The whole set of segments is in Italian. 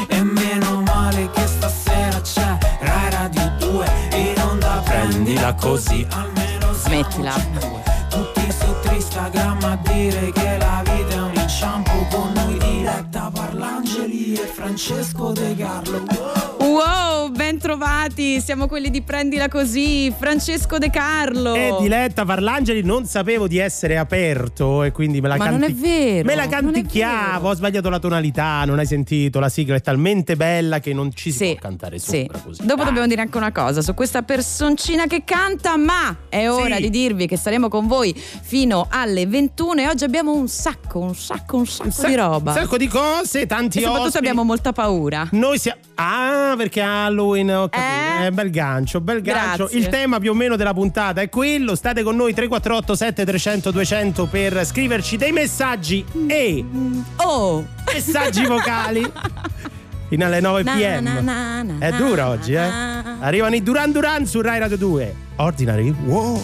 E meno male che stasera c'è Rai Radio 2 in onda, prendila così, almeno smettila. Tutti su Instagram a dire che la vita è un inciampo, con noi Diletta Parlangeli e Francesco De Carlo. Wow, ben trovati, siamo quelli di Prendila Così, Francesco De Carlo. E Diletta Parlangeli, non sapevo di essere aperto e quindi me la non è vero. Me la canticchiavo, ho sbagliato la tonalità, non hai sentito, la sigla è talmente bella che non ci si può cantare sopra così. Dopo dobbiamo dire anche una cosa su questa personcina che canta, ma è ora di dirvi che saremo con voi fino alle 21 e oggi abbiamo un sacco di roba. Un sacco di cose, tanti e soprattutto ospiti. abbiamo molta paura. Noi siamo... Ah, perché Halloween, ho capito. Bel gancio. Grazie. Il tema più o meno della puntata è quello. State con noi 348 7300 200 per scriverci dei messaggi e messaggi vocali fino alle 9 p.m. È dura oggi, eh? Arrivano i Duran Duran su Rai Radio 2. Ordinary World.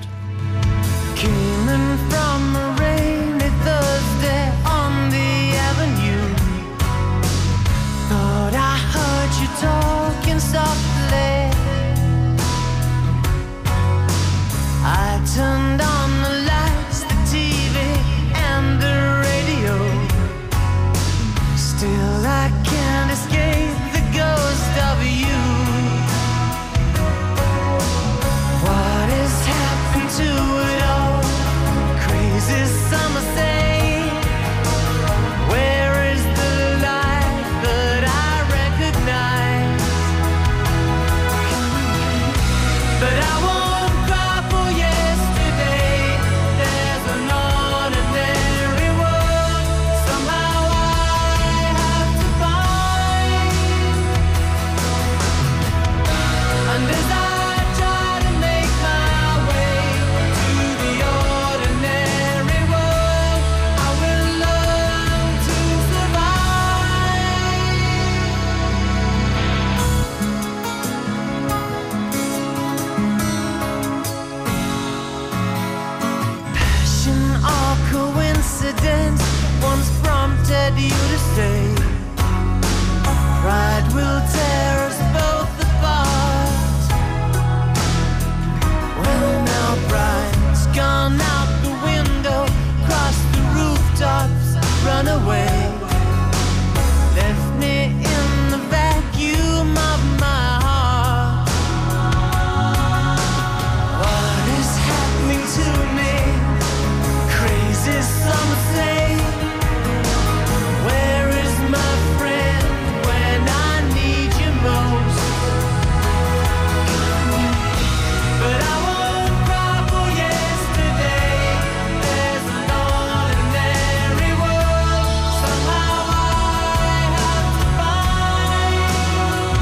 Came in from a rainy Thursday on the avenue. Thought I heard you talking softly. I turned on the lights, the TV and the radio. Still I can't escape the ghost of you. What has happened to it all? Crazy summer say, where is the life that I recognize? But I won't cry for yesterday. There's an ordinary world somehow I have to find. And as I try to make my way to the ordinary world, I will learn to survive. Passion or coincidence once prompted you to say, pride will tear us both apart. Well, now pride's gone out the window, crossed the rooftops, run away, left me in the vacuum of my heart. What is happening to me? Crazy some say. Where is my friend when I need you most? But I won't cry for yesterday. There's an ordinary world somehow I have to find.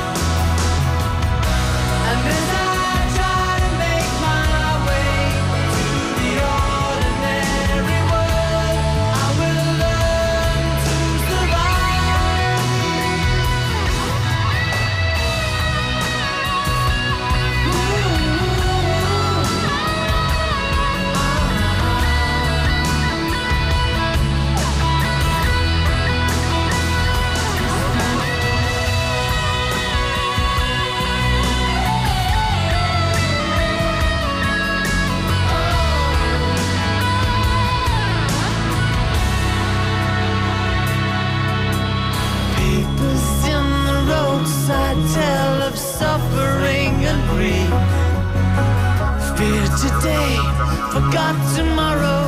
And as I try to make my way to the ordinary world, I will learn to survive. Papers in the roadside tell of suffering and grief. Fear today, forgot tomorrow.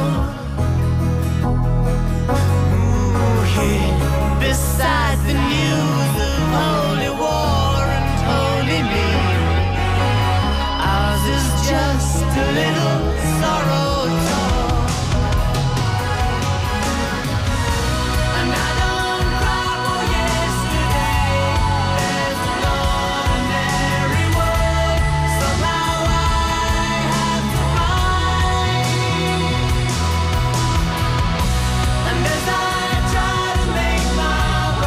Ooh, here beside the news of holy war and holy need, ours is just a little sorrow torn. And I don't cry for yesterday. There's an ordinary world somehow I have to find. And as I try to make my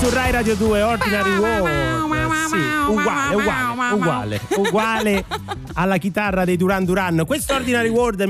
su Rai Radio 2, Ordinary World. Sì, uguale alla chitarra dei Duran Duran. Questo Ordinary World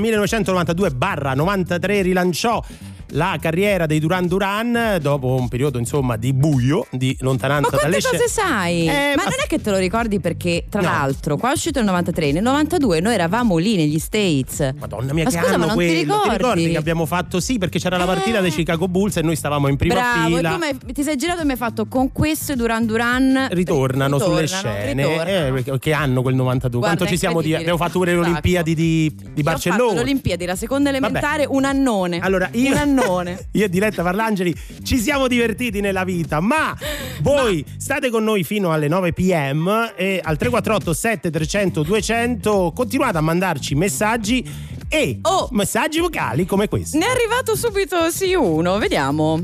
1992-93 rilanciò la carriera dei Duran Duran dopo un periodo insomma di buio, di lontananza dalle scene. Ma quante cose sai? Ma non è che te lo ricordi, perché tra l'altro qua è uscito il 93, nel 92 noi eravamo lì negli States. Madonna mia, ma che scusa, anno ma non quello? Ti ricordi che abbiamo fatto? Sì, perché c'era la partita dei Chicago Bulls e noi stavamo in prima fila. E tu ti sei girato e mi hai fatto: con questo i Duran Duran ritornano sulle scene. Che anno quel 92? Guarda, quanto ci siamo abbiamo fatto pure le Olimpiadi di Barcellona. Ho fatto le Olimpiadi, la seconda elementare. Vabbè. Un annone. Allora io e Diletta Parlangeli ci siamo divertiti nella vita, ma voi state con noi fino alle 9 p.m. e al 348 7300 200 continuate a mandarci messaggi e messaggi vocali come questo. Ne è arrivato subito uno, vediamo.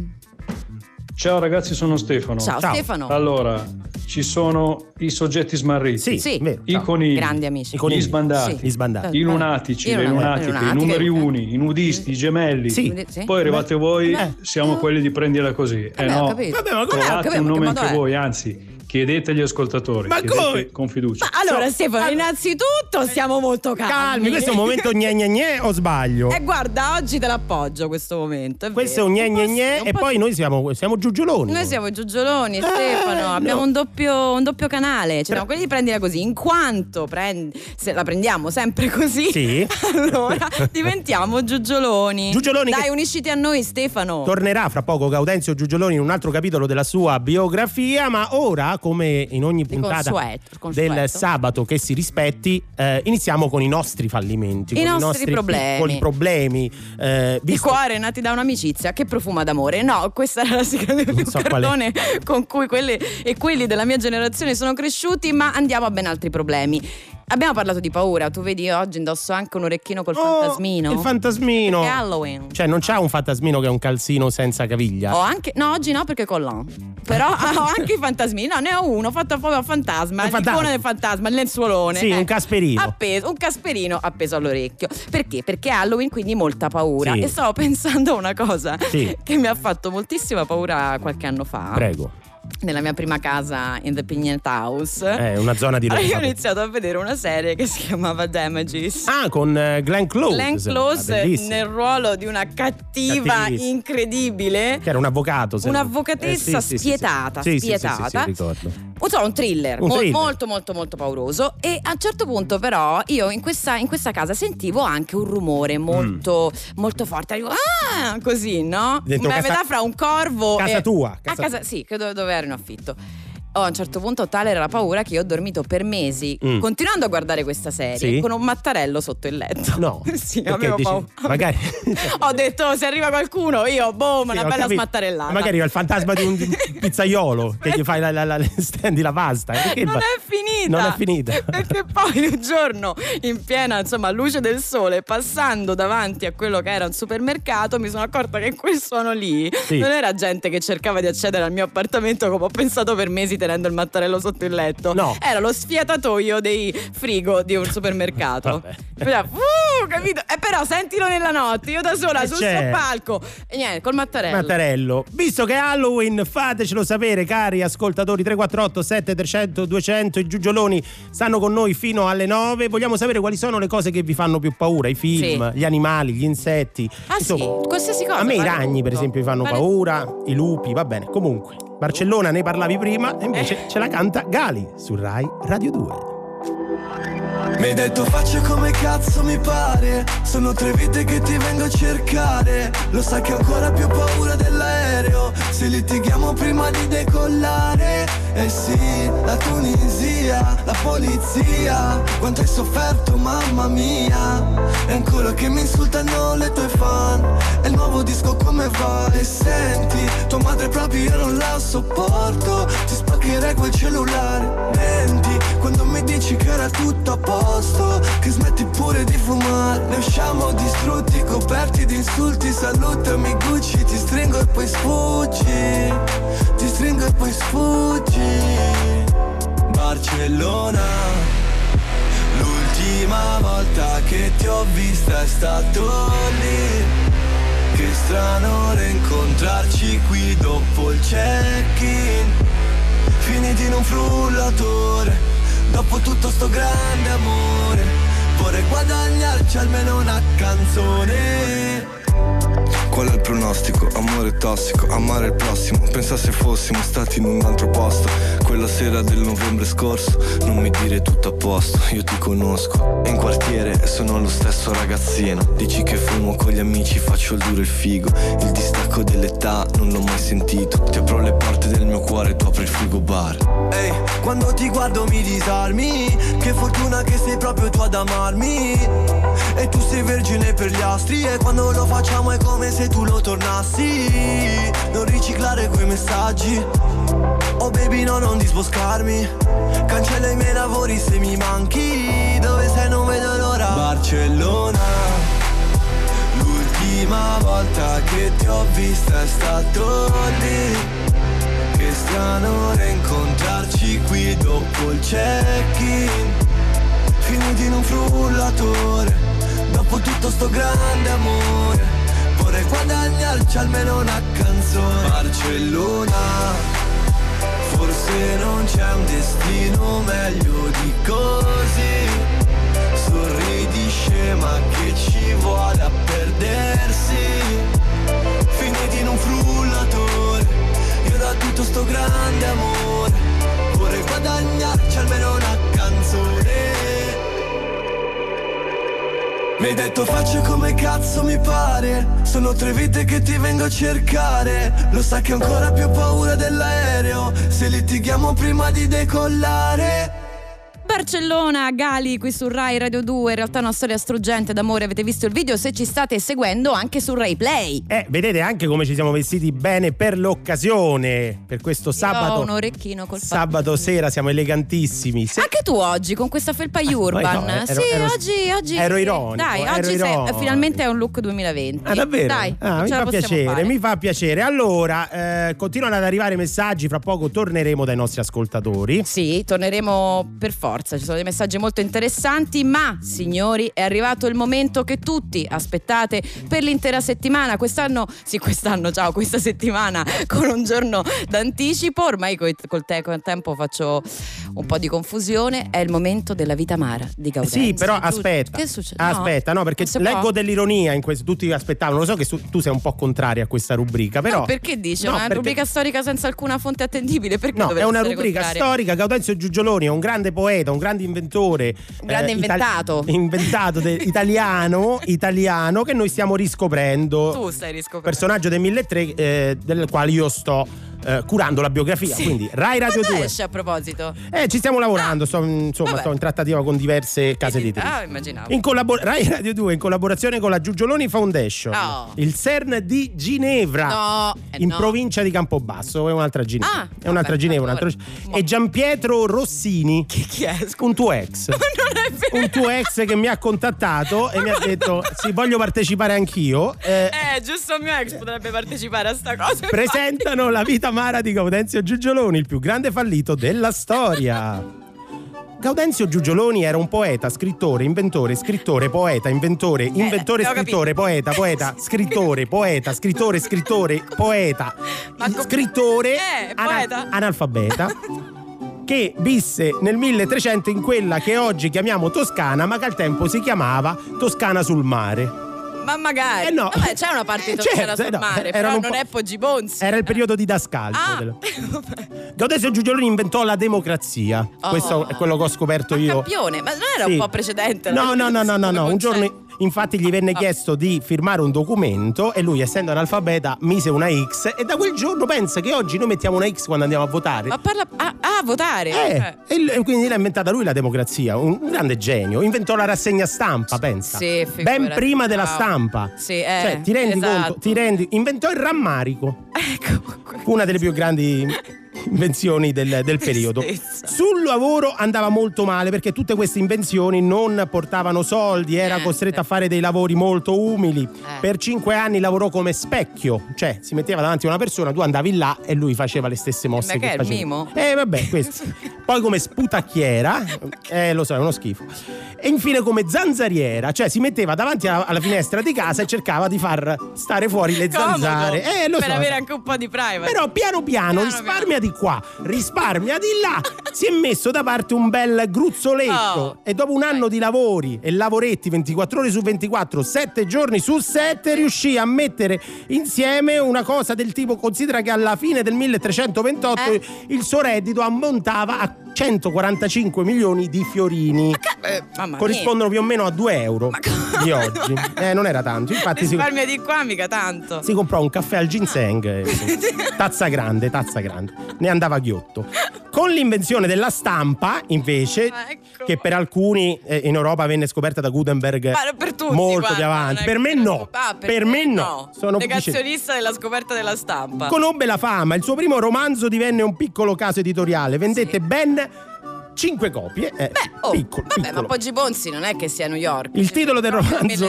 Ciao ragazzi, sono Stefano. Ciao. Stefano. Allora, ci sono i soggetti smarriti, sì. I conigli, grandi amici, gli sbandati, i lunatici, le lunatiche, i numeri uni, i nudisti, i gemelli. Sì. Poi arrivate voi, siamo quelli di prendila così. No, trovate un nome anche voi, anzi chiedete agli ascoltatori, chiedete con fiducia. Ma allora Stefano, innanzitutto siamo molto calmi. Questo è un momento gne o sbaglio? Guarda, oggi te l'appoggio questo momento. Questo è un gne e poi noi siamo giugioloni. Noi siamo giugioloni, Stefano. Abbiamo un doppio canale. Cioè, quelli prendila così. In quanto se la prendiamo sempre così, sì. Allora diventiamo giugioloni. Dai, unisciti a noi, Stefano. Tornerà fra poco Gaudenzio Giugioloni in un altro capitolo della sua biografia, ma ora, come in ogni puntata del sabato che si rispetti, iniziamo con i nostri fallimenti, i con nostri piccoli problemi. Il cuore nati da un'amicizia che profuma d'amore. No, questa era la sigla del cartone con cui quelli della mia generazione sono cresciuti, ma andiamo a ben altri problemi. Abbiamo parlato di paura, tu vedi oggi indosso anche un orecchino col fantasmino. Il fantasmino. Perché è Halloween. Cioè non c'ha un fantasmino che è un calzino senza caviglia. No, oggi no, perché collan. Però ho anche i fantasmini. No, ne ho uno fatto proprio a fantasma. L'icona del fantasma, il lenzuolone. Sì, un casperino. Un casperino appeso all'orecchio. Perché? Perché è Halloween, quindi molta paura. Sì. E stavo pensando a una cosa che mi ha fatto moltissima paura qualche anno fa. Prego. Nella mia prima casa in The Pignat House, una zona di Roma. Io ho iniziato a vedere una serie che si chiamava Damages. Con Glenn Close. Glenn Close nel ruolo di una cattiva incredibile, che era un avvocato, un'avvocatessa spietata. Sì, ricordo. Un thriller molto molto molto pauroso. E a un certo punto però io in questa casa sentivo anche un rumore molto molto forte. Dico, così, no? Una metà fra un corvo casa tua. Sì, credo dove ero in affitto. A un certo punto tale era la paura che io ho dormito per mesi continuando a guardare questa serie con un mattarello sotto il letto. No. Sì, avevo paura. Magari ho detto, se arriva qualcuno io una bella smattarellata. Magari arriva il fantasma di un pizzaiolo che gli fai stendi la pasta. Non è finita. Perché poi un giorno in piena luce del sole, passando davanti a quello che era un supermercato, mi sono accorta che quel suono lì non era gente che cercava di accedere al mio appartamento come ho pensato per mesi tenendo il mattarello sotto il letto. No. Era lo sfiatatoio dei frigo di un supermercato. Capito? Però sentilo nella notte, io da sola sul soppalco e niente, col mattarello. Visto che è Halloween, fatecelo sapere, cari ascoltatori. 348 7300 200. I giugioloni stanno con noi fino alle 9. Vogliamo sapere quali sono le cose che vi fanno più paura: i film, gli animali, gli insetti. Qualsiasi cosa. A me i ragni, per esempio, mi fanno paura, i lupi, va bene. Comunque, Barcellona ne parlavi prima e invece ce la canta Gali su Rai Radio 2. Mi hai detto faccio come cazzo mi pare, sono 3 vite che ti vengo a cercare. Lo sai che ho ancora più paura dell'aereo, se litighiamo prima di decollare. Eh sì, la Tunisia, la polizia, quanto hai sofferto mamma mia. E ancora che mi insultano le tue fan, e il nuovo disco come va? E senti, tua madre proprio io non la sopporto, ti spaccherei quel cellulare. Menti, quando mi dici che era tutto a posto, che smetti pure di fumare. Ne usciamo distrutti, coperti di insulti. Salutami Gucci, ti stringo e poi sfuggi. Ti stringo e poi sfuggi. Barcellona, l'ultima volta che ti ho vista è stato lì, che Che strano rincontrarci qui dopo il check-in, finiti in un frullatore, dopo tutto sto grande amore, vorrei guadagnarci almeno una canzone. Qual è il pronostico? Amore tossico, amare il prossimo. Pensa se fossimo stati in un altro posto quella sera del novembre scorso. Non mi dire tutto a posto, io ti conosco. E in quartiere sono lo stesso ragazzino. Dici che fumo con gli amici, faccio il duro e il figo. Il distacco dell'età non l'ho mai sentito. Ti apro le porte del mio cuore, tu apri il frigo bar. Ehi, quando ti guardo mi disarmi. Che fortuna che sei proprio tu ad amarmi. E tu sei vergine per gli astri. E quando lo facciamo è come se tu lo tornassi. Non riciclare quei messaggi. Oh baby no, non disboscarmi. Cancella i miei lavori se mi manchi. Dove sei non vedo l'ora. Barcellona, l'ultima volta che ti ho vista è stato lì. Che strano rincontrarci qui dopo il check-in, finiti in un frullatore, dopo tutto sto grande amore, vorrei guadagnarci almeno una canzone. Barcellona, forse non c'è un destino meglio di così. Sorridi scema che ci vuole a perdersi, finiti in un frullatore, io da tutto sto grande amore, vorrei guadagnarci almeno una canzone. Mi hai detto faccio come cazzo mi pare, sono 3 vite che ti vengo a cercare. Lo sai che ho ancora più paura dell'aereo, se litighiamo prima di decollare. Barcellona, Gali qui su Rai Radio 2, in realtà è una storia struggente d'amore, avete visto il video se ci state seguendo anche su Rai Play. Vedete anche come ci siamo vestiti bene per l'occasione, per questo sabato. Ho un orecchino col sabato sera siamo elegantissimi. Anche tu oggi con questa felpa Urban. Oggi ero ironico. Dai, oggi finalmente è un look 2020. Ah, davvero? Dai, mi fa piacere. Allora, continuano ad arrivare messaggi, fra poco torneremo dai nostri ascoltatori. Sì, torneremo per forza. Ci sono dei messaggi molto interessanti, ma signori è arrivato il momento che tutti aspettate per l'intera settimana. Questa settimana con un giorno d'anticipo. Ormai col tempo faccio un po' di confusione. È il momento della vita amara di Gaudenzi. Sì, però aspetta. Che succede? Aspetta, no, perché leggo dell'ironia in questo. Tutti aspettavano. Lo so che tu sei un po' contraria a questa rubrica, però. No, perché dice? Una rubrica storica senza alcuna fonte attendibile? Perché no, è una rubrica contraria? Storica. Gaudenzio Giugioloni è un grande poeta, un grande inventore, un grande inventato italiano che noi stiamo riscoprendo. Tu stai riscoprendo. Personaggio del 1300 del quale io sto curando la biografia, sì. Quindi Rai Radio 2 esce a proposito? Ci stiamo lavorando, sto in trattativa con diverse case editrici. Immaginavo. Rai Radio 2 in collaborazione con la Giugioloni Foundation, il CERN di Ginevra, provincia di Campobasso. È un'altra Ginevra, e Gianpietro Rossini. Chi è? Un tuo ex. Non è vero. Un tuo ex che mi ha contattato e mi ha detto sì, voglio partecipare anch'io. Giusto, il mio ex potrebbe partecipare a sta cosa. Presentano La vita amara di Gaudenzio Giugioloni, il più grande fallito della storia. Gaudenzio Giugioloni era un poeta, scrittore, inventore, scrittore, poeta, inventore, scrittore, poeta, scrittore, poeta, scrittore, poeta, scrittore, poeta. analfabeta, che visse nel 1300 in quella che oggi chiamiamo Toscana, ma che al tempo si chiamava Toscana sul mare. Ma magari no. Vabbè, c'è una parte toscana sul mare, però non è Poggi Bonzi. Era il periodo di Dascalco. Gaudenzio Giugioloni inventò la democrazia. Questo è quello che ho scoperto io. Campione, ma non era un po' precedente? No. Un giorno infatti gli venne chiesto di firmare un documento e lui, essendo analfabeta, mise una X, e da quel giorno pensa che oggi noi mettiamo una X quando andiamo a votare. Ma parla a votare? E quindi l'ha inventata lui la democrazia, un grande genio. Inventò la rassegna stampa, pensa. Sì, ben prima della stampa. Sì, ti rendi conto? Inventò il rammarico. Ecco. Una delle più grandi invenzioni del periodo. Sul lavoro andava molto male perché tutte queste invenzioni non portavano soldi, era costretto a fare dei lavori molto umili. Per 5 anni lavorò come specchio, cioè si metteva davanti a una persona, tu andavi là e lui faceva le stesse mosse che faceva. Mimo? Vabbè, questo. Poi come sputacchiera, lo so, è uno schifo. E infine come zanzariera, cioè si metteva davanti alla finestra di casa e cercava di far stare fuori le zanzare. Per avere anche un po' di privacy. Però piano piano risparmia di qua, risparmia di là. Si è messo da parte un bel gruzzoletto e dopo un anno di lavori e lavoretti 24 ore su 24, 7 giorni su 7, riuscì a mettere insieme una cosa del tipo, considera che alla fine del 1328 il suo reddito ammontava a 145 milioni di fiorini. Corrispondono più o meno a 2 euro di oggi. Non era tanto. Infatti risparmia di qua mica tanto. Si comprò un caffè al ginseng, tazza grande, ne andava ghiotto. Con l'invenzione della stampa, invece, che per alcuni in Europa venne scoperta da Gutenberg per tutti, molto più avanti. Per me no. Per me no. Sono negazionista della scoperta della stampa. Conobbe la fama. Il suo primo romanzo divenne un piccolo caso editoriale. Vendette ben 5 copie. Piccolo. Ma Poggi Bonzi non è che sia a New York. Il titolo del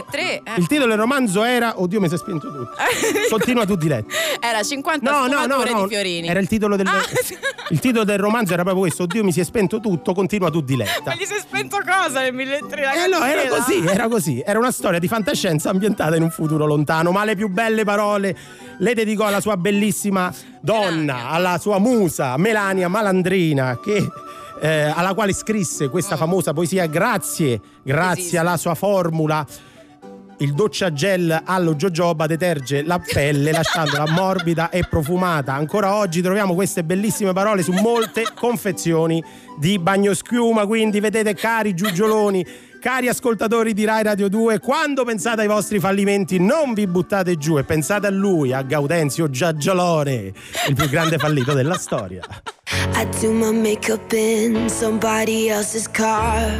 romanzo era Oddio, mi si è spento tutto. Continua tu diretto. Era 50 sfumature di fiorini. Era il titolo del il titolo del romanzo era proprio questo: Oddio, mi si è spento tutto, continua tu diletta. Ma gli si è spento cosa nel 1003? No, era così. Era una storia di fantascienza ambientata in un futuro lontano, ma le più belle parole le dedicò alla sua bellissima donna, alla sua musa Melania Malandrina, che alla quale scrisse questa famosa poesia grazie alla sua formula. Il doccia gel allo jojoba deterge la pelle lasciandola morbida e profumata. Ancora oggi troviamo queste bellissime parole su molte confezioni di bagnoschiuma. Quindi vedete, cari giugioloni, cari ascoltatori di Rai Radio 2, quando pensate ai vostri fallimenti non vi buttate giù e pensate a lui, a Gaudenzio Giaggiolone, il più grande fallito della storia. I do my makeup in somebody else's car.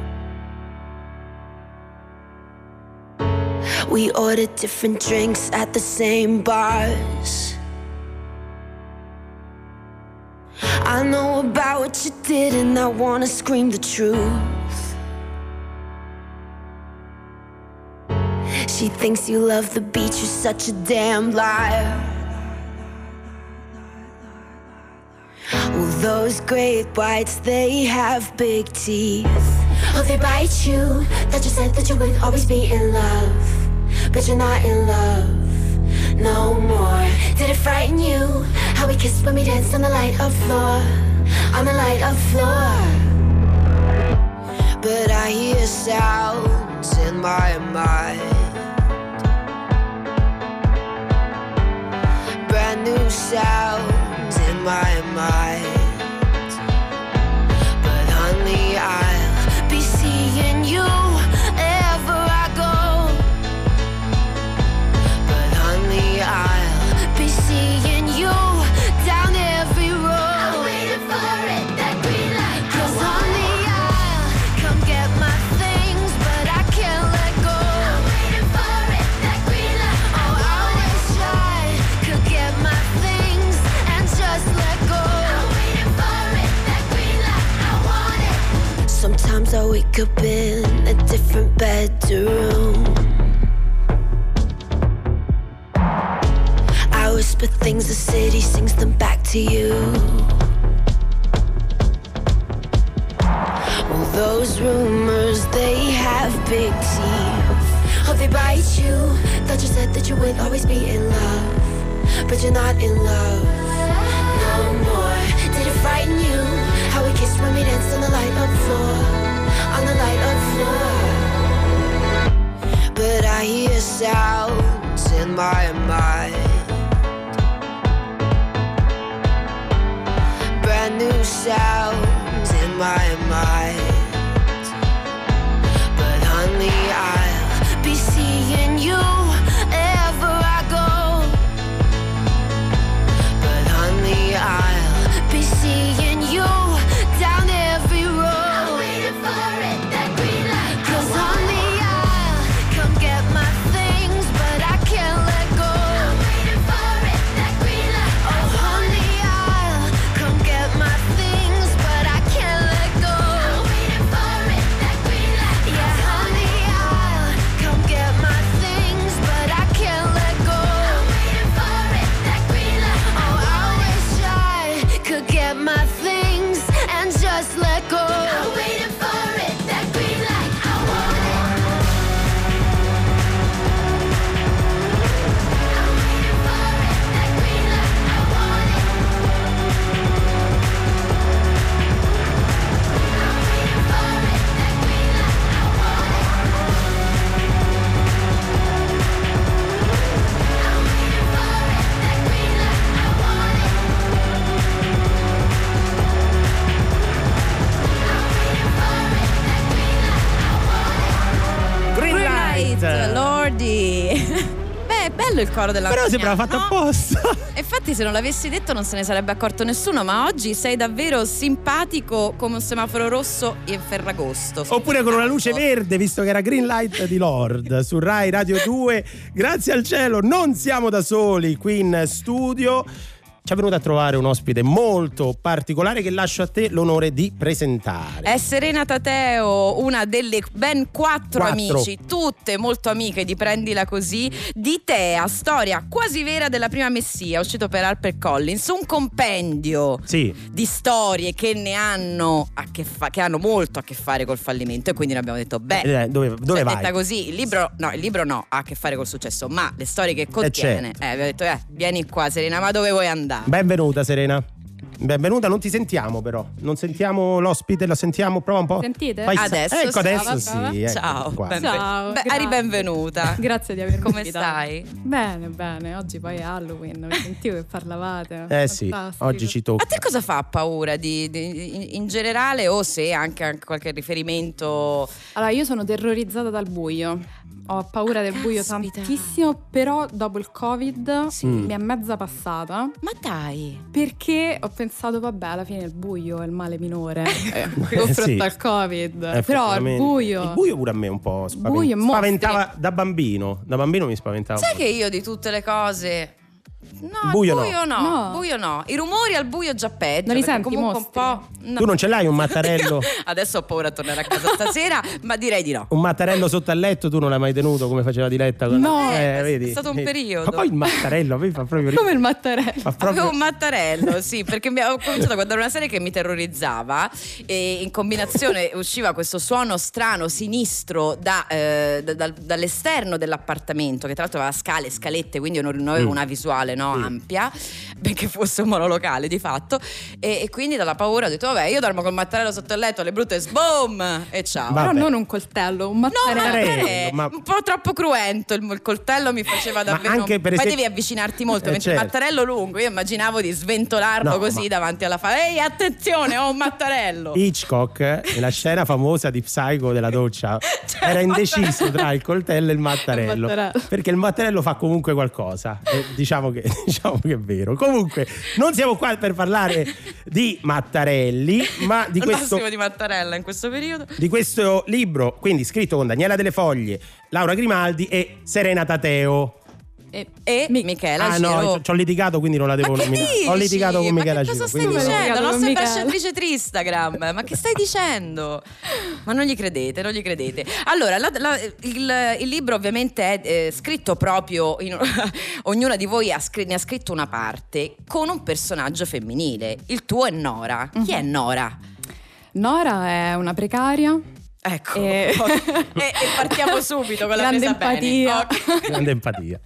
We ordered different drinks at the same bars. I know about what you did and I wanna scream the truth. She thinks you love the beach, you're such a damn liar. Well, those great whites, they have big teeth. Oh, they bite you. That you said that you would always be in love, but you're not in love no more. Did it frighten you how we kissed when we danced on the light of floor, on the light of floor? But I hear sounds in my mind, brand new sounds in my mind. But honey, I'll be seeing you wherever I go. But honey, I'll be seeing you down every road. I'm waiting for it, that green light. 'Cause honey, I'll come get my things, but I can't let go. I'm waiting for it, that green light. Oh, I wish I could get my things and just let go. I'm waiting for it, that green light. I want it. Sometimes I wake up in a different bedroom. I whisper things, the city sings them back to you. Well, those rumors, they have big teeth. Oh, they bite you. Thought you said that you would always be in love, but you're not in love no more. Did it frighten you how we kissed when we danced on the light of floor, on the light of floor? But I hear sounds in my mind, brand new sounds in my mind. But honey, I'll be seeing you wherever I go. But honey, I'll be seeing you down every road. I'm waiting for it, that green light. 'Cause honey, I'll come get my things, but I can't let go. Night, Lordi. Beh, è bello il coro della Però sembrava fatto apposta. Infatti se non l'avessi detto non se ne sarebbe accorto nessuno, ma oggi sei davvero simpatico come un semaforo rosso in Ferragosto. Oppure con una luce verde, visto che era Green Light di Lord su Rai Radio 2. Grazie al cielo non siamo da soli qui in studio. Ci è venuto a trovare un ospite molto particolare che lascio a te l'onore di presentare. È Serena Tateo, una delle ben quattro amici, tutte molto amiche di Prendila Così, di Tea, storia quasi vera della prima Messia, uscito per HarperCollins, un compendio di storie che ne hanno che hanno molto a che fare col fallimento, e quindi noi abbiamo detto dove vai? Detta così, il libro no, ha a che fare col successo, ma le storie che contiene, abbiamo detto vieni qua Serena, ma dove vuoi andare? Benvenuta Serena. Benvenuta, non ti sentiamo però. Non sentiamo l'ospite, la sentiamo, prova un po'. Sentite? Adesso sì. Ciao. Ciao. Eri benvenuta. Grazie di avermi Come invitato. stai? Bene. Oggi poi è Halloween, mi sentivo che parlavate. Sì, oggi ci tocca. A te cosa fa paura in generale, o se anche qualche riferimento? Allora, io sono terrorizzata dal buio. Ho paura del buio tantissimo, però dopo il Covid mi è mezza passata. Ma dai! Perché ho pensato, vabbè, alla fine il buio è il male minore confronto al Covid. Però il buio pure a me un po' spaventava da bambino. Da bambino mi spaventava. Sai che io di tutte le cose... No, buio no. I rumori al buio già peggio. Non li senti comunque un po'. No. Tu non ce l'hai un mattarello? Adesso ho paura a tornare a casa stasera, ma direi di no. Un mattarello sotto al letto tu non l'hai mai tenuto come faceva Diletta? No, vedi? È stato un periodo. Ma poi il mattarello a me fa proprio come il mattarello? Avevo un mattarello, sì, perché ho cominciato a guardare una serie che mi terrorizzava e in combinazione usciva questo suono strano sinistro dall'esterno dell'appartamento, che tra l'altro aveva scalette, quindi io non avevo una visuale ampia, benché fosse un monolocale di fatto, e quindi dalla paura ho detto vabbè, io dormo col mattarello sotto il letto, alle brutte sboom e ciao. Però non un coltello, un mattarello. Un po' troppo cruento, il coltello mi faceva davvero anche poi devi avvicinarti molto, mentre il mattarello lungo io immaginavo di sventolarlo davanti alla ehi attenzione, ho un mattarello. Hitchcock nella scena famosa di Psycho della doccia era indeciso tra il coltello e il mattarello, perché il mattarello fa comunque qualcosa, diciamo che è vero. Comunque non siamo qua per parlare di mattarelli, ma di questo massimo di mattarella in questo periodo, di questo libro, quindi scritto con Daniela Delle Foglie, Laura Grimaldi e Serena Tateo e Michela Giro. No, ci ho litigato, quindi non la devo nominare. Ho litigato con Michela Giro. Ma cosa stai dicendo? La nostra ambasciatrice Tristagram. Ma che stai dicendo? Ma non gli credete. Allora, il libro ovviamente è scritto proprio ognuna di voi ne ha scritto una parte con un personaggio femminile. Il tuo è Nora. Chi è Nora? Nora è una precaria. Ecco, e partiamo subito con la grande presa empatia. Okay. Grande empatia.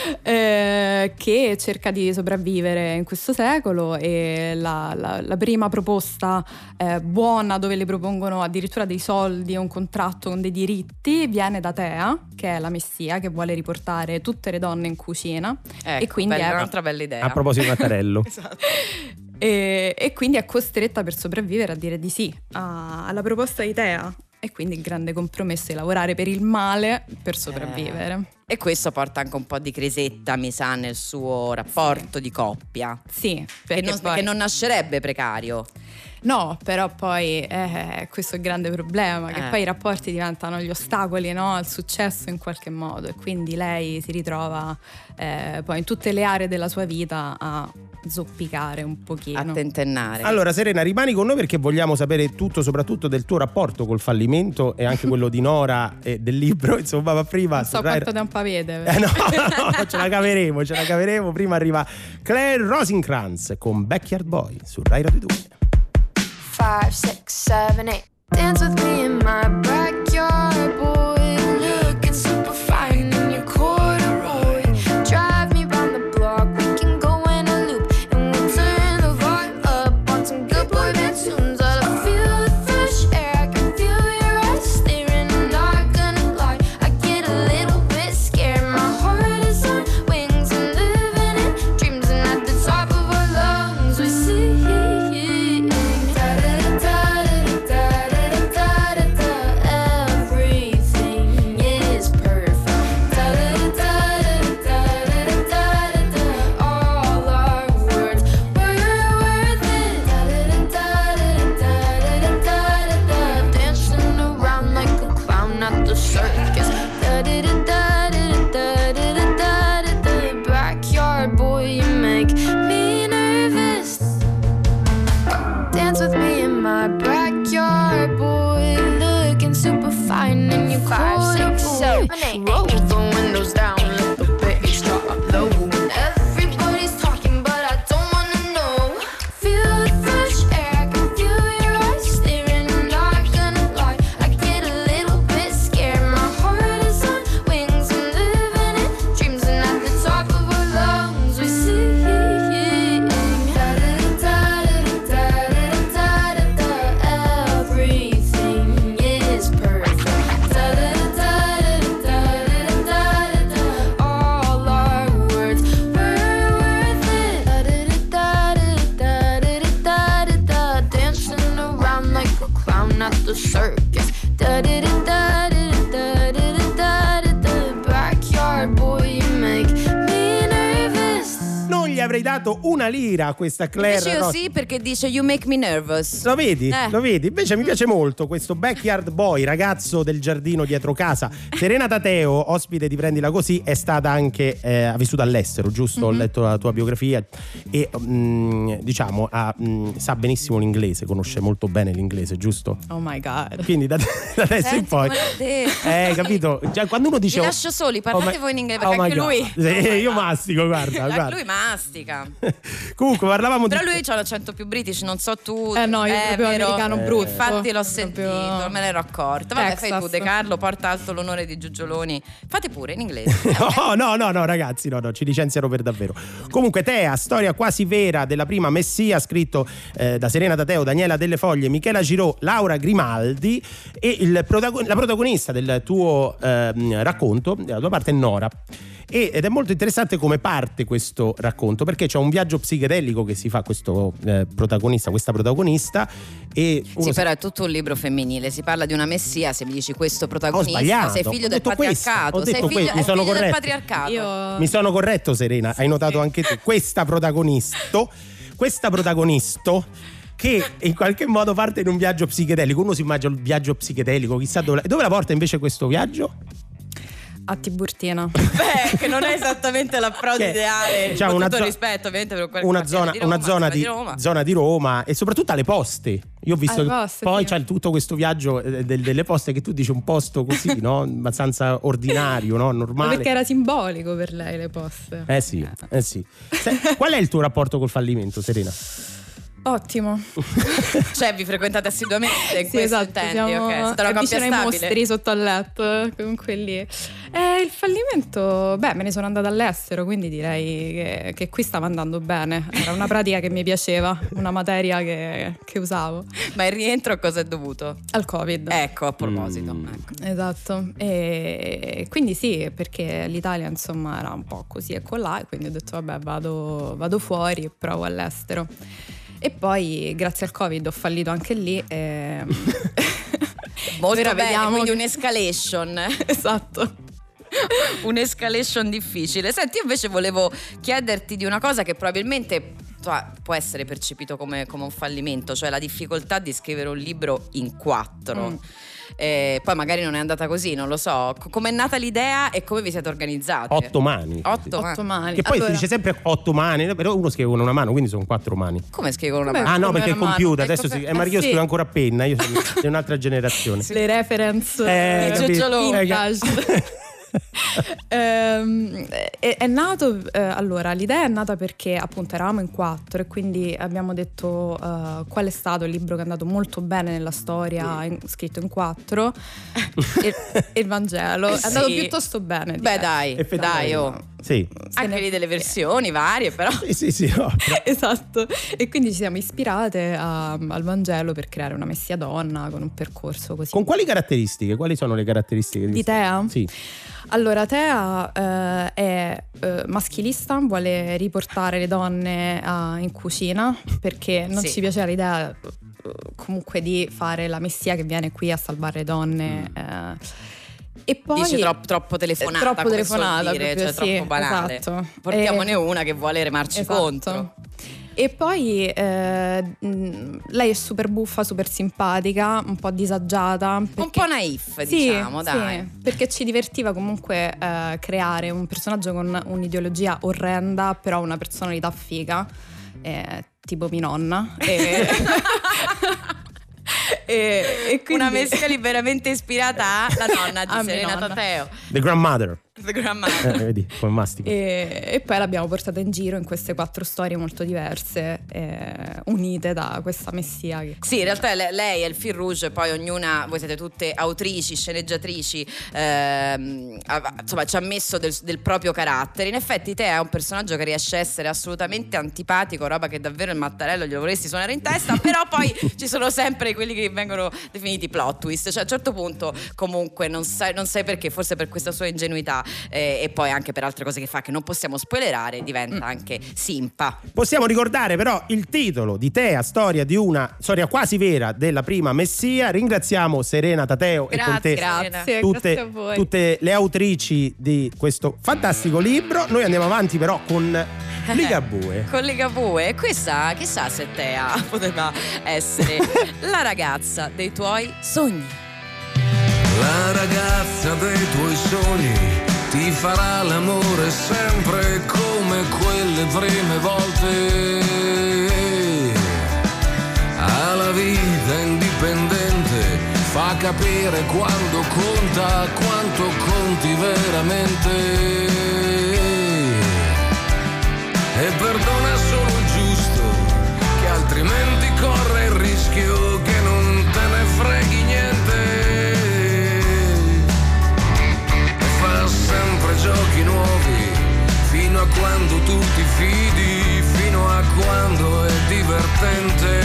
Che cerca di sopravvivere in questo secolo, e la prima proposta buona, dove le propongono addirittura dei soldi e un contratto con dei diritti, viene da Tea, che è la messia che vuole riportare tutte le donne in cucina. Ecco, e quindi è un'altra bella idea. A proposito di mattarello. Esatto. E quindi è costretta per sopravvivere a dire di sì alla proposta di Tea. E quindi il grande compromesso di lavorare per il male per sopravvivere. E questo porta anche un po' di crisetta, mi sa, nel suo rapporto di coppia. Sì, che non nascerebbe precario. No, però poi questo è il grande problema, che poi i rapporti diventano gli ostacoli, no, al successo in qualche modo, e quindi lei si ritrova poi in tutte le aree della sua vita a zoppicare un pochino, a tentennare. Allora Serena, rimani con noi perché vogliamo sapere tutto, soprattutto del tuo rapporto col fallimento e anche quello di Nora e del libro, insomma. Ma prima non so quanto tempo avete. No, ce la caveremo. Prima arriva Claire Rosencrantz con Backyard Boy su Rai Radio 2. 5, 6, 7, 8. Dance with me in my backyard, boy. Looking super fine in your corduroy. Drive me round the block, we can go in a loop, and we'll turn the vibe up on some good boy band tunes. I feel the fresh air, I can feel your eyes staring. I'm not gonna lie, I get a little bit scared. My heart is on wings and living in dreams, and at the top of our lungs we sing. lemonade. Roll the windows down, let the bass drop low. Everybody's talking, but I don't wanna know. Feel the fresh air, I can feel your eyes staring. I'm not gonna lie, I get a little bit scared. My heart is on wings, I'm living in dreams, and at the top of our lungs we sing. Everything is perfect. All our words were worth it. Dancing around like a clown at the circus. Backyard boy, you make me nervous. Non gli avrei dato una lira a questa Claire. Invece io sì, perché dice You make me nervous. Lo vedi? Lo vedi? Invece mi piace molto questo Backyard Boy, ragazzo del giardino dietro casa. Serena Tateo, ospite di Prendila Così, è stata anche ha vissuto all'estero, giusto? Ho letto la tua biografia e diciamo sa benissimo l'inglese, conosce molto bene l'inglese, giusto? Oh my god. Quindi da adesso in poi capito? Già, quando uno dice Vi lascio soli, parlate voi in inglese, perché anche lui io mastico, guarda. lui mastica. Comunque parlavamo però lui c'ha l'accento più british, non so tu. No, io proprio americano brutto. Infatti l'ho sentito, me ne ero accorta. Vabbè, Texas. fai tu, De Carlo, porta alto l'onore di Giugioloni. Fate pure in inglese. No, ragazzi, no, ci licenziano per davvero. Comunque Tea, storia quasi vera della prima Messia, scritto da Serena Tateo, Daniela Delle Foglie, Michela Girò, Laura Grimaldi, e la protagonista del tuo racconto, della tua parte, è Nora. Ed è molto interessante come parte questo racconto, perché c'è un viaggio psichedelico che si fa questa protagonista e sì, però è tutto un libro femminile, si parla di una messia. Se mi dici questo protagonista, sei figlio del patriarcato, sei figlio del patriarcato. Mi sono corretto, Serena, hai notato anche tu. Questa protagonista che in qualche modo parte in un viaggio psichedelico. Uno si immagina il viaggio psichedelico, chissà dove la porta invece questo viaggio? A Tiburtina. Beh, che non è esattamente l'approccio ideale. C'è con tutto rispetto, ovviamente, per una zona di Roma e soprattutto alle poste. Io ho visto poi c'è tutto questo viaggio delle poste, che tu dici un posto così, no? Abbastanza ordinario, no? Normale. Ma perché era simbolico per lei le poste. Sì. Qual è il tuo rapporto col fallimento, Serena? Ottimo. Cioè vi frequentate assiduamente in sì, esatto, intendi? Okay. Siete una coppia stabile. I mostri sotto al letto con quelli. Il fallimento, me ne sono andata all'estero, quindi direi che qui stava andando bene. Era una pratica che mi piaceva, una materia che usavo. Ma il rientro a cosa è dovuto? Al Covid. Ecco, a proposito. Ecco. Esatto. E quindi sì, perché l'Italia insomma era un po' così e colà, e quindi ho detto vabbè, vado fuori e provo all'estero. E poi grazie al Covid ho fallito anche lì. Molto bene, vediamo, quindi un'escalation. Esatto. Un'escalation difficile. Senti, io invece volevo chiederti di una cosa che probabilmente può essere percepito come un fallimento, cioè la difficoltà di scrivere un libro in 4. Poi magari non è andata così, non lo so. Com'è nata l'idea e come vi siete organizzati? 8 mani. Che poi si dice sempre 8 mani, però uno scrive con una mano, quindi sono 4 mani. Come scrive con una mano? Ah no, perché il computer adesso ma io scrivo ancora a penna, io sono di un'altra generazione. Le reference vintage. È nato allora l'idea è nata perché appunto eravamo in 4 e quindi abbiamo detto qual è stato il libro che è andato molto bene nella storia scritto in 4 il Vangelo è andato piuttosto bene, direi. Dai sì. Anche lì delle versioni varie, però sì no. Esatto, e quindi ci siamo ispirate al Vangelo per creare una messia donna con un percorso così. Con quali caratteristiche? Quali sono le caratteristiche di Tea? Sì. Allora Tea è maschilista, vuole riportare le donne in cucina perché non ci piaceva l'idea comunque di fare la messia che viene qui a salvare le donne. E poi dici troppo telefonata, dire, cioè troppo banale. Esatto. Portiamone una che vuole remarci contro. E poi lei è super buffa, super simpatica, un po' disagiata, un po' naif, diciamo, dai. Sì, perché ci divertiva comunque creare un personaggio con un'ideologia orrenda, però una personalità figa, tipo mia nonna. e quindi... Una Mescali veramente ispirata alla nonna di Serena Tateo. The Grandmother. The Grandmother. Vedi come mastica. E poi l'abbiamo portata in giro in queste 4 storie molto diverse, unite da questa messia che... Sì, in realtà lei è il fil rouge, poi ognuna, voi siete tutte autrici, sceneggiatrici, insomma ci ha messo del proprio carattere. In effetti te è un personaggio che riesce a essere assolutamente antipatico, roba che davvero il mattarello glielo vorresti suonare in testa, però poi ci sono sempre quelli che vengono definiti plot twist, cioè a un certo punto comunque non sai perché, forse per questa sua ingenuità e poi anche per altre cose che fa che non possiamo spoilerare, diventa anche simpa. Possiamo ricordare però il titolo di Tea, storia di una storia quasi vera della prima messia. Ringraziamo Serena Tateo e con te grazie a voi. Tutte le autrici di questo fantastico libro. Noi andiamo avanti però con Ligabue. Con Ligabue. E questa chissà se Tea poteva essere la ragazza dei tuoi sogni. La ragazza dei tuoi sogni ti farà l'amore sempre come quelle prime volte. Ha la vita indipendente, fa capire quando conta, quanto conti veramente. E perdona solo il giusto, che altrimenti corre il rischio che non te ne freghi niente. Sempre giochi nuovi, fino a quando tu ti fidi, fino a quando è divertente.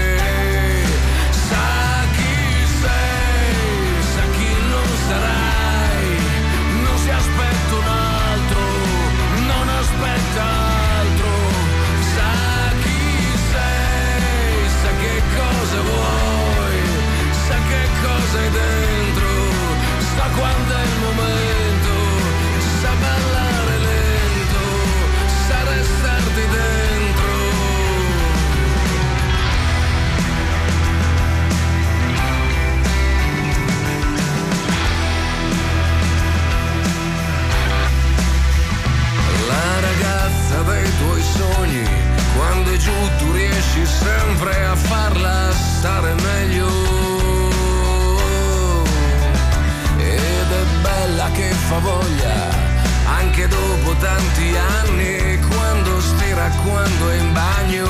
Sa chi sei, sa chi non sarai, non si aspetta un altro, non aspetta altro. Sa chi sei, sa che cosa vuoi, sa che cosa hai dentro, sa quando è il momento. Sa ballare lento, sa restarti dentro. La ragazza dei tuoi sogni, quando è giù tu riesci sempre a farla stare meglio. Ed è bella che fa voglia anche dopo tanti anni, quando stira, quando è in bagno,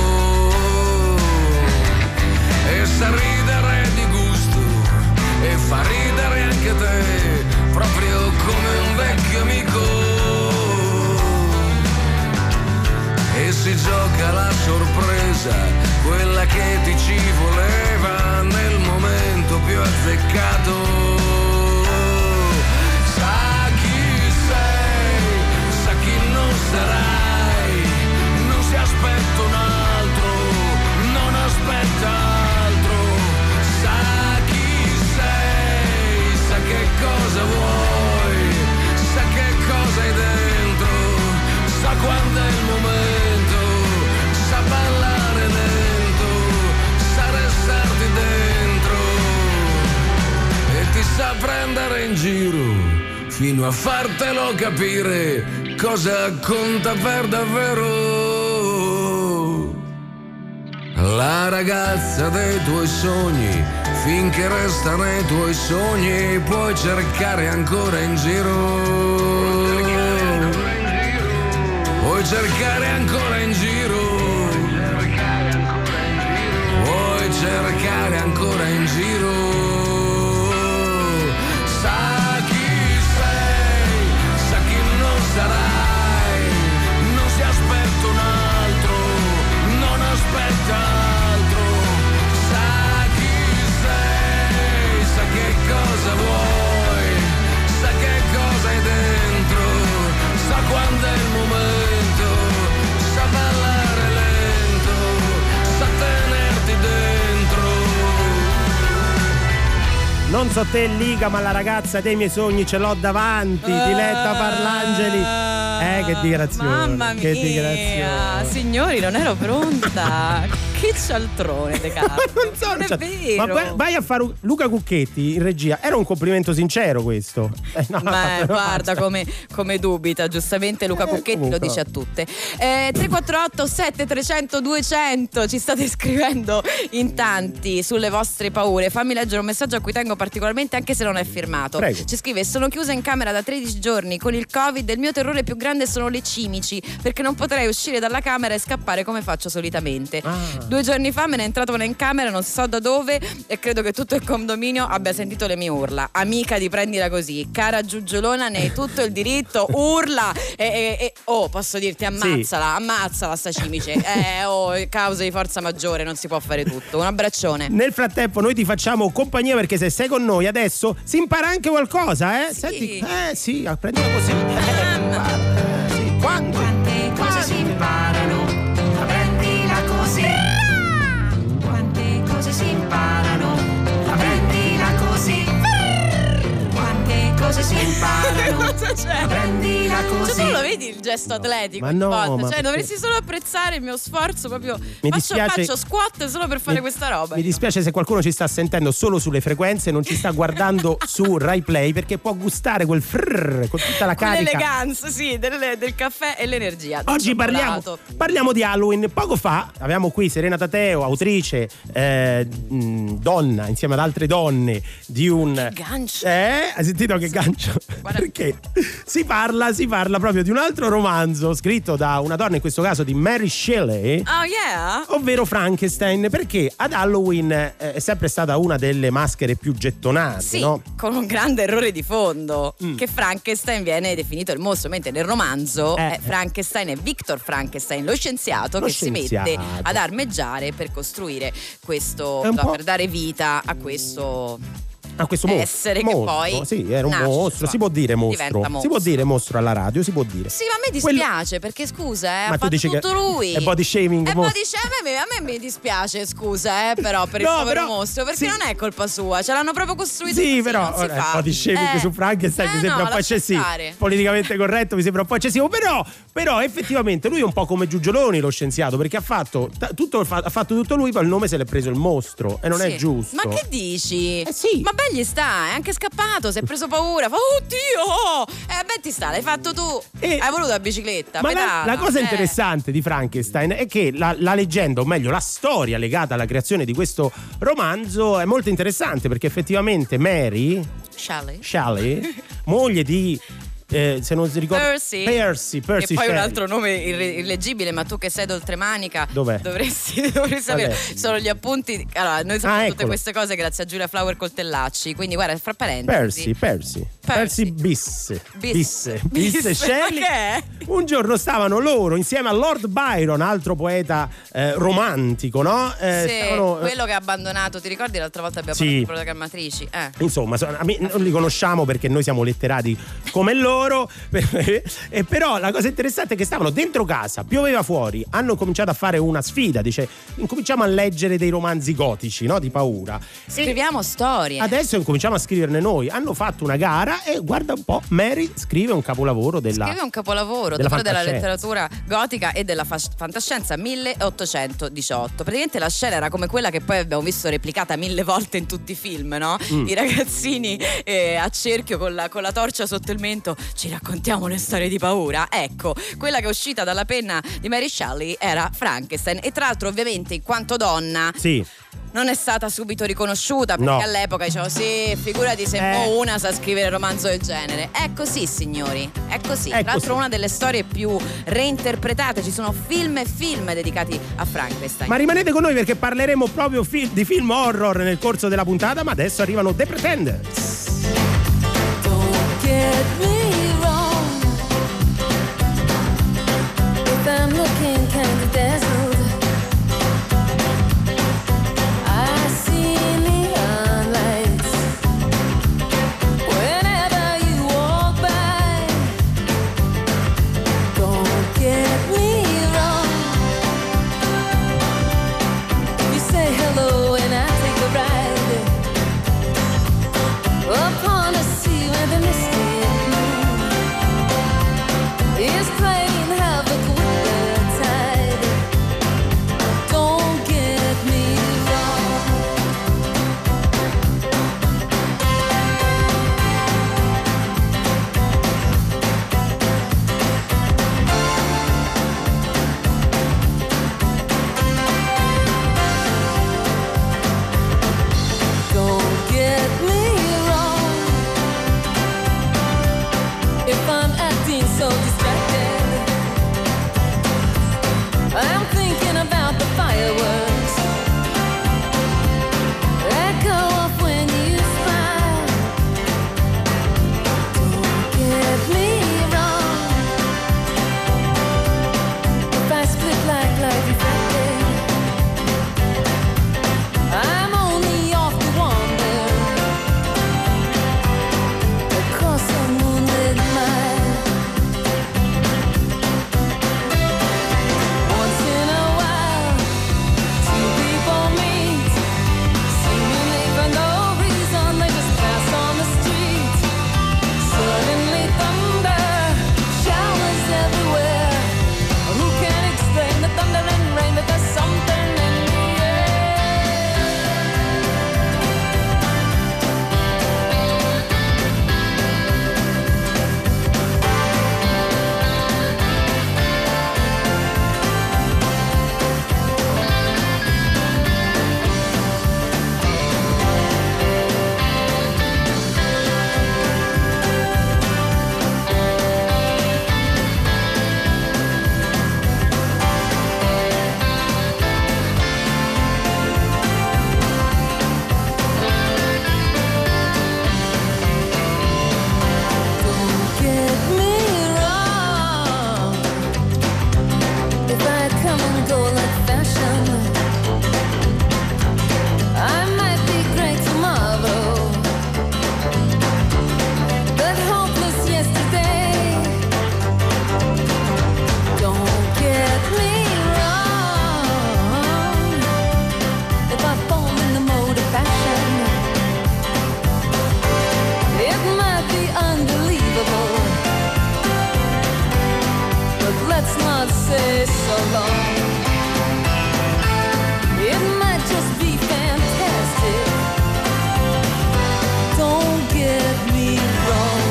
e sa ridere di gusto e fa ridere anche te, proprio come un vecchio amico. E si gioca la sorpresa, quella che ti ci voleva nel momento più azzeccato. Sarai, non si aspetta un altro, non aspetta altro. Sa chi sei, sa che cosa vuoi, sa che cosa hai dentro, sa quando è il momento, sa ballare lento, sa restarti dentro e ti sa prendere in giro fino a fartelo capire cosa conta per davvero. La ragazza dei tuoi sogni, finché resta nei tuoi sogni, puoi cercare ancora in giro. Puoi cercare ancora in giro. Puoi cercare ancora in giro. Sarai, non si aspetta un altro, non aspetta altro. Sa chi sei, sa che cosa vuoi, sa che cosa hai dentro, sa quando è il momento, sa ballare lento, sa tenerti dentro. Non so te Liga, ma la ragazza dei miei sogni ce l'ho davanti, Diletta Parlangeli. Che dichiarazione. Mamma mia, che dichiarazione. Signori, non ero pronta. Che cialtrone, De Carlo. Non so, non è vero. Ma vai a fare Luca Cucchetti in regia. Era un complimento sincero questo. No, ma guarda come dubita. Giustamente Luca Cucchetti comunque lo dice a tutte. 348 7300 200. Ci state scrivendo in tanti sulle vostre paure. Fammi leggere un messaggio a cui tengo particolarmente, anche se non è firmato. Prego. Ci scrive: sono chiusa in camera da 13 giorni con il Covid. Il mio terrore più grande sono le cimici, perché non potrei uscire dalla camera e scappare come faccio solitamente. 2 giorni fa me ne è entrato una in camera, non so da dove, e credo che tutto il condominio abbia sentito le mie urla. Amica di prendila così, cara Giugiolona, ne hai tutto il diritto, urla e posso dirti ammazzala sta cimice. Cause di forza maggiore, non si può fare tutto. Un abbraccione. Nel frattempo noi ti facciamo compagnia, perché se sei con noi adesso si impara anche qualcosa, Sì. Senti, sì, prendila così. Sì. Quante cose si imparano, prendila così. Quante cose si imparano, prendila così. Quante cose si imparano, Cosa c'è? prendila così. Cioè, tu lo vedi il gesto atletico? Ma no, ogni volta? ma Cioè, perché- dovresti solo apprezzare il mio sforzo, proprio. Mi dispiace- Faccio squat solo per fare questa roba. Mi dispiace se qualcuno ci sta sentendo solo sulle frequenze, non ci sta guardando su Rai Play, perché può gustare quel frrr con tutta la carica. L'eleganza, sì, del caffè e l'energia. Oggi parliamo di Halloween. Poco fa avevamo qui Serena Tateo, autrice, donna insieme ad altre donne di un... Che gancio. Hai sentito che gancio? Guarda. Perché si parla proprio di un altro romanzo scritto da una donna, in questo caso di Mary Shelley, Oh yeah? ovvero Frankenstein, perché ad Halloween è sempre stata una delle maschere più gettonate, Sì, no? con un grande errore di fondo, che Frankenstein viene definito il mostro, mentre nel romanzo Frankenstein è Victor Frankenstein, lo scienziato che si mette ad armeggiare per costruire questo, per dare vita a questo essere mostro. che poi sì, era un nasce, mostro, si può dire mostro. diventa mostro. Si può dire mostro alla radio, si può dire. Sì, ma a me dispiace perché scusa, Ma ha tu fatto dici tutto che lui. è body shaming, È body shaming, a me mi dispiace, scusa, però per il No, povero però, mostro, perché sì. non è colpa sua, ce l'hanno proprio costruito Sì, così, però non si fa. body shaming su Frankenstein mi sembra un po' lascia eccessivo. stare. Politicamente corretto mi sembra un po' eccessivo, però effettivamente lui è un po' come Giugioloni, lo scienziato, perché ha fatto tutto lui, poi il nome se l'è preso il mostro e non è Sì. giusto. Ma che dici? Sì. Ma beh, gli sta, è anche scappato, si è preso paura, fa oddio! Beh, ti sta, l'hai fatto tu. Hai voluto la bicicletta, Ma pedala. la cosa interessante di Frankenstein è che la leggenda, o meglio la storia legata alla creazione di questo romanzo è molto interessante, perché effettivamente Mary Shelley, moglie di se non si ricorda Percy, Percy che poi Shelley. un altro nome illeggibile, ma tu che sei d'oltremanica Dov'è? dovresti sapere. Sono gli appunti. Allora, noi sappiamo tutte queste cose grazie a Giulia Flower Coltellacci, quindi guarda, fra parentesi Percy Bisse Shelley. Un giorno stavano loro insieme a Lord Byron, altro poeta romantico, no? Quello che ha abbandonato, ti ricordi l'altra volta abbiamo parlato di programmatrici? Insomma, non li conosciamo perché noi siamo letterati come loro. E però la cosa interessante è che stavano dentro casa, pioveva fuori, hanno cominciato a fare una sfida, dice incominciamo a leggere dei romanzi gotici, no? Di paura. Scriviamo storie. Adesso incominciamo a scriverne noi. Hanno fatto una gara e guarda un po', Mary scrive un capolavoro della letteratura gotica e della fantascienza, 1818. Praticamente la scena era come quella che poi abbiamo visto replicata 1000 volte in tutti i film, no? I ragazzini a cerchio con la torcia sotto il mento, ci raccontiamo le storie di paura. Ecco, quella che è uscita dalla penna di Mary Shelley era Frankenstein, e tra l'altro ovviamente in quanto donna non è stata subito riconosciuta, perché all'epoca dicevano sì, figurati se una sa scrivere romanzo del genere. È così, signori, è così. Tra l'altro una delle storie più reinterpretate, ci sono film e film dedicati a Frankenstein. Ma rimanete con noi perché parleremo proprio di film horror nel corso della puntata, ma adesso arrivano The Pretenders. Don't get me wrong, if I'm looking kind of dazzled, I see neon lights whenever you walk by. Don't get me wrong, you say hello and I take a ride upon a sea where the misty along. It might just be fantastic. Don't get me wrong.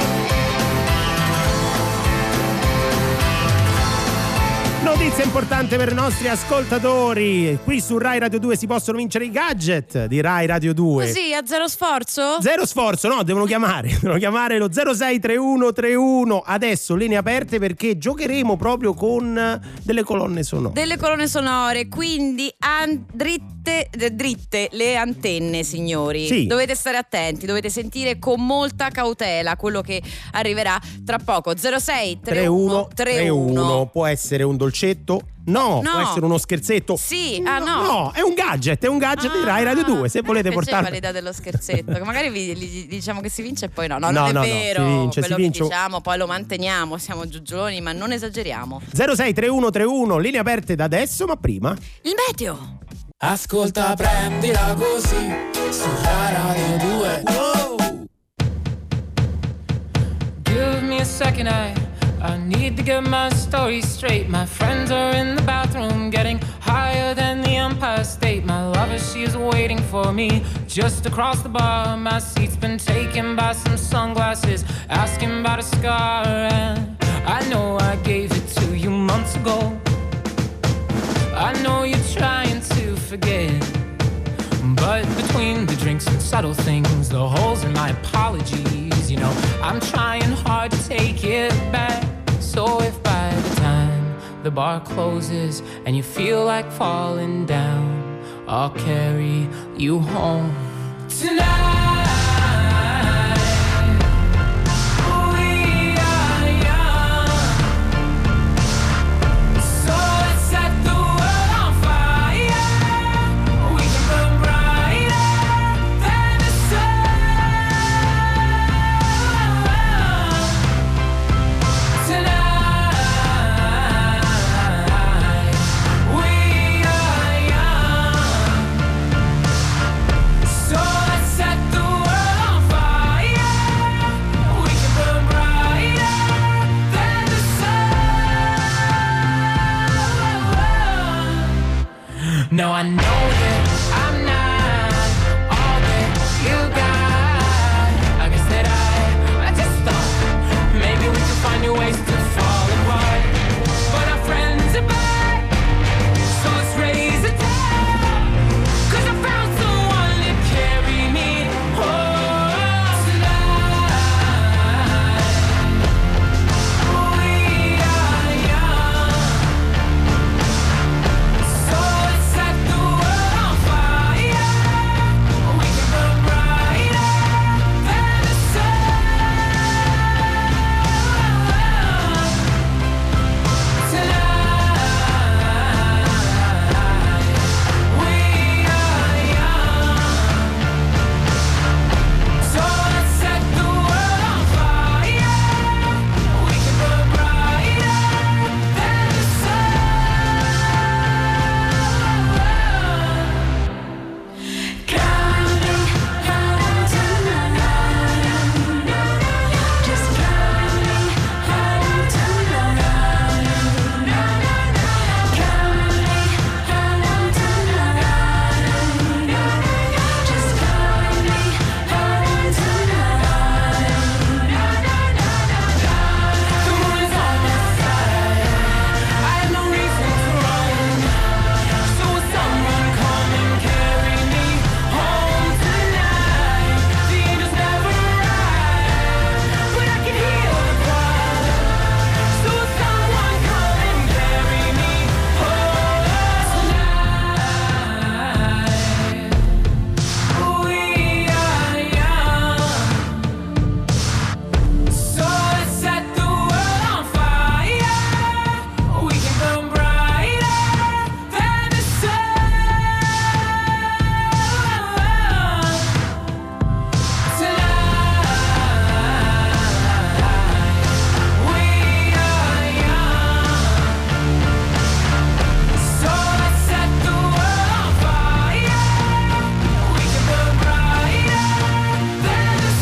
Notizia importante per i nostri ascoltatori. Qui su Rai Radio 2 si possono vincere i gadget di Rai Radio 2. Così, a zero sforzo? Zero sforzo, no, devono chiamare lo 063131. Adesso linee aperte perché giocheremo proprio con delle colonne sonore. Delle colonne sonore, quindi dritte le antenne, signori. Sì. Dovete stare attenti, dovete sentire con molta cautela quello che arriverà tra poco. 063131. Può essere un dolcetto? No, può essere uno scherzetto? Sì, no, è un gadget di Rai Radio 2. Se volete portarlo. l'idea dello scherzetto, che magari vi diciamo che si vince e poi no, non è no, vero. si Quello vince. che diciamo, poi lo manteniamo, siamo giugioloni, ma non esageriamo. 063131, linee aperte da adesso, ma prima il meteo. Ascolta, prendila così su Rai Radio 2. Wow. Give me a second, I need to get my story straight. My friends are in the bathroom getting higher than the Empire State. My lover, she is waiting for me just across the bar. My seat's been taken by some sunglasses asking about a scar. And I know I gave it to you months ago. I know you're trying to forget, but between the drinks and subtle things, the holes in my apologies, you know, I'm trying hard to take it back. So if by the time the bar closes and you feel like falling down, I'll carry you home tonight. No, I know that I'm not all that you got. I guess that I just thought maybe we could find new ways to fall apart. But our friends are back, so let's raise a toast. 'Cause I found someone to carry me home tonight. We are young, so let's set the world on fire. We can burn brighter than the sun tonight. We are young, so let's set the world on fire. We can burn brighter than the sun. Counting down tonight, just counting down tonight, counting down tonight, just counting down tonight. The moon is on my side, I have no reason to run. So will someone come and carry me home tonight? The angels never arrive, but I can hear the choir. So will someone come and carry me home tonight? We are young, so let's set the world on fire. We can burn brighter than the sun tonight. We are young, so let's set the world on fire. We can burn brighter than the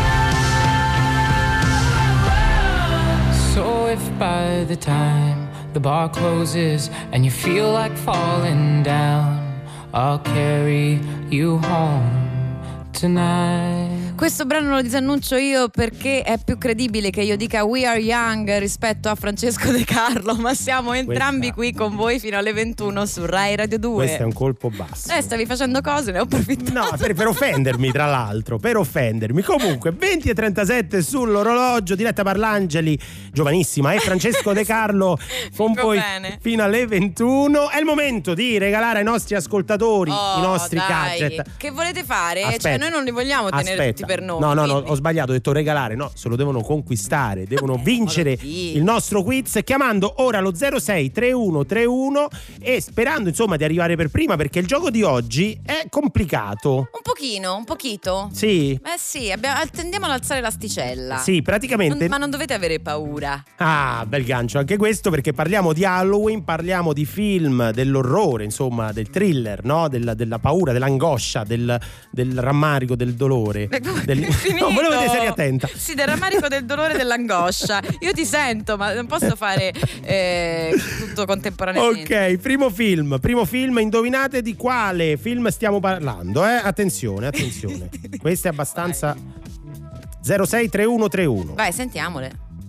sun. So if by the time the bar closes and you feel like falling down, I'll carry you home tonight. Questo brano lo disannuncio io perché è più credibile che io dica We Are Young rispetto a Francesco De Carlo, ma siamo entrambi qui con voi fino alle 21 su Rai Radio 2. Questo è un colpo basso. Stavi facendo cose, ne ho approfittato. No, per offendermi, tra l'altro, per offendermi. Comunque 20:37 sull'orologio, Diletta Parlangeli, giovanissima, e Francesco De Carlo con voi fino alle 21. È il momento di regalare ai nostri ascoltatori i nostri gadget. Che volete fare? Cioè noi non li vogliamo tenere tutti per noi. No, ho sbagliato, ho detto regalare. No, se lo devono conquistare, devono vincere il nostro quiz chiamando ora lo 063131 e sperando insomma di arrivare per prima, perché il gioco di oggi è complicato. Un pochino? Sì. Sì, tendiamo ad alzare l'asticella. Sì, praticamente. Ma non dovete avere paura. Ah, bel gancio anche questo, perché parliamo di Halloween, parliamo di film, dell'orrore, insomma, del thriller, no? Della paura, dell'angoscia, del rammarico, del dolore. No, volevo essere seria attenta. Sì, del rammarico, del dolore e dell'angoscia. Io ti sento, ma non posso fare tutto contemporaneamente. Ok, primo film, indovinate di quale film stiamo parlando, Attenzione. Questo è abbastanza. 063131. Vai, sentiamole.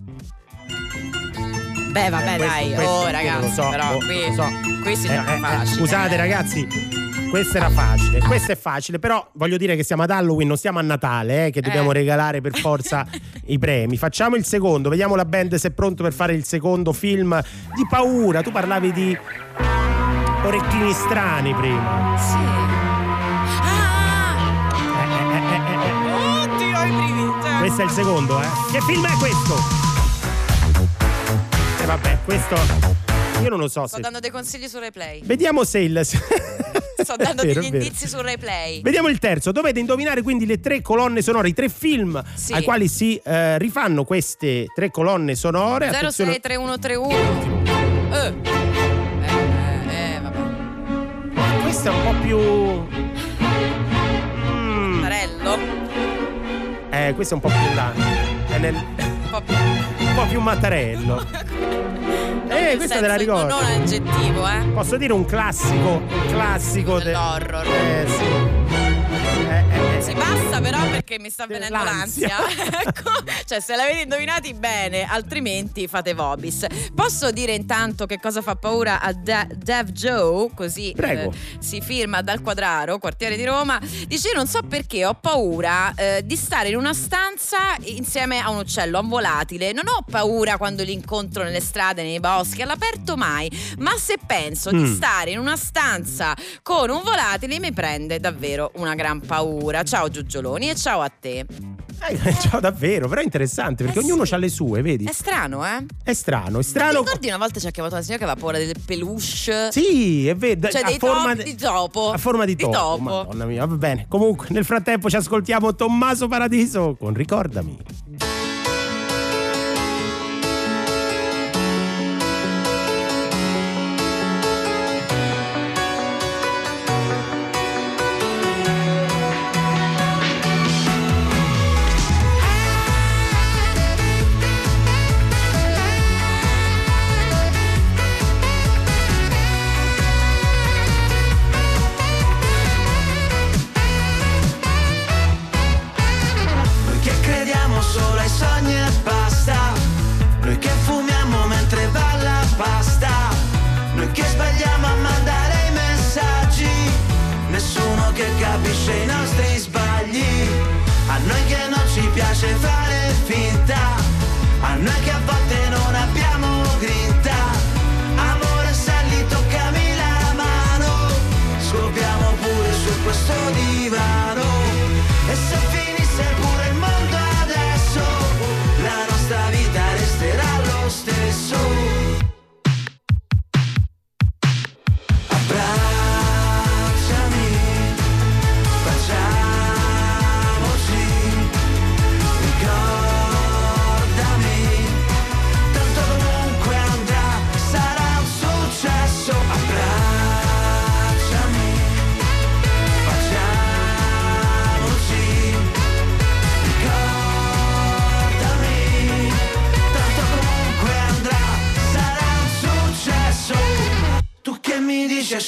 Beh, vabbè, questo, dai, ragazzi, so, però qui si gioca facile. Scusate, ragazzi, questo era facile. Questo è facile, però voglio dire che siamo ad Halloween, non siamo a Natale, che dobbiamo regalare per forza i premi. Facciamo il secondo, vediamo la band se è pronto per fare il secondo film di paura. Tu parlavi di orecchini strani prima. Sì. Oddio, i brividi. Questo è il secondo, Che film è questo? Vabbè, questo io non lo so. Sto dando dei consigli su RaiPlay. Vediamo se il. Sto dando degli indizi su RaiPlay. Vediamo il terzo. Dovete indovinare quindi le 3 colonne sonore, i 3 film ai quali si rifanno queste 3 colonne sonore. 063131. Vabbè. Questo è un po' più. Mattarello. Questo è un po' più là. Un po' più Mattarello. Questa te la ricordo. Non è aggettivo, Posso dire un classico dell'horror. Sì. Si basta però perché mi sta venendo l'ansia. Ecco, cioè se l'avete indovinati bene, altrimenti fate vobis. Posso dire intanto che cosa fa paura a Dev Joe? Così si firma dal Quadraro, quartiere di Roma. Dice: io non so perché ho paura di stare in una stanza insieme a un uccello, a un volatile. Non ho paura quando li incontro nelle strade, nei boschi, all'aperto mai. Ma se penso di stare in una stanza con un volatile mi prende davvero una gran paura. Ciao Giugioloni e ciao a te. Ciao davvero, però è interessante perché ognuno ha le sue, vedi? È strano, È strano. Ti ricordi una volta ci ha chiamato una signora che aveva paura delle peluche? Sì, è vero. Cioè dei topi di topo. A forma di topo. Madonna mia, va bene. Comunque, nel frattempo ci ascoltiamo Tommaso Paradiso con Ricordami. I nostri sbagli, a noi che non ci piace fare finta, a noi che a volte non abbiamo grinta. Amore, sali, toccami la mano, scopriamo pure su questo divano. E se finisse pure il mondo adesso, la nostra vita resterà lontana.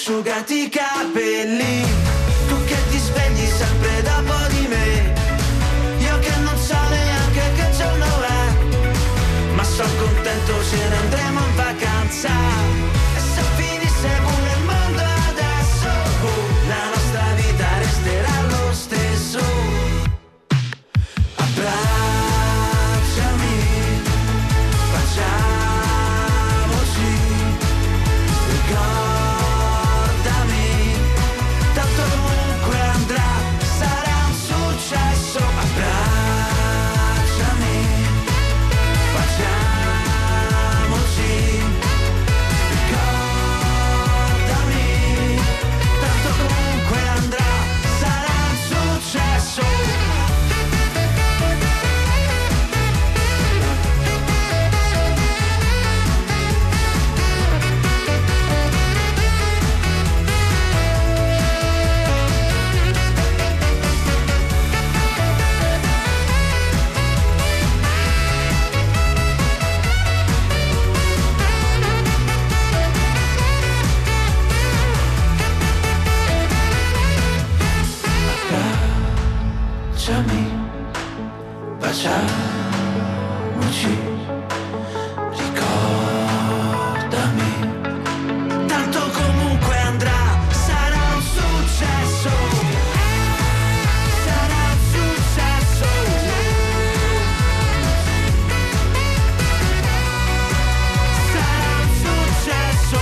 asciugati i capelli, tu che ti svegli sempre dopo di me, io che non so neanche che giorno è, ma sono contento se ne andremo in vacanza, e se finisse pure il mondo adesso, la nostra vita resterà lo stesso. Abbracciami, facciamoci, ricordami, tanto comunque andrà, sarà un successo. Abbracciami, facciamoci, ricordami, tanto comunque andrà, sarà un successo. Baciamoci, ricordami, tanto comunque andrà, sarà un successo, sarà un successo, sarà un successo.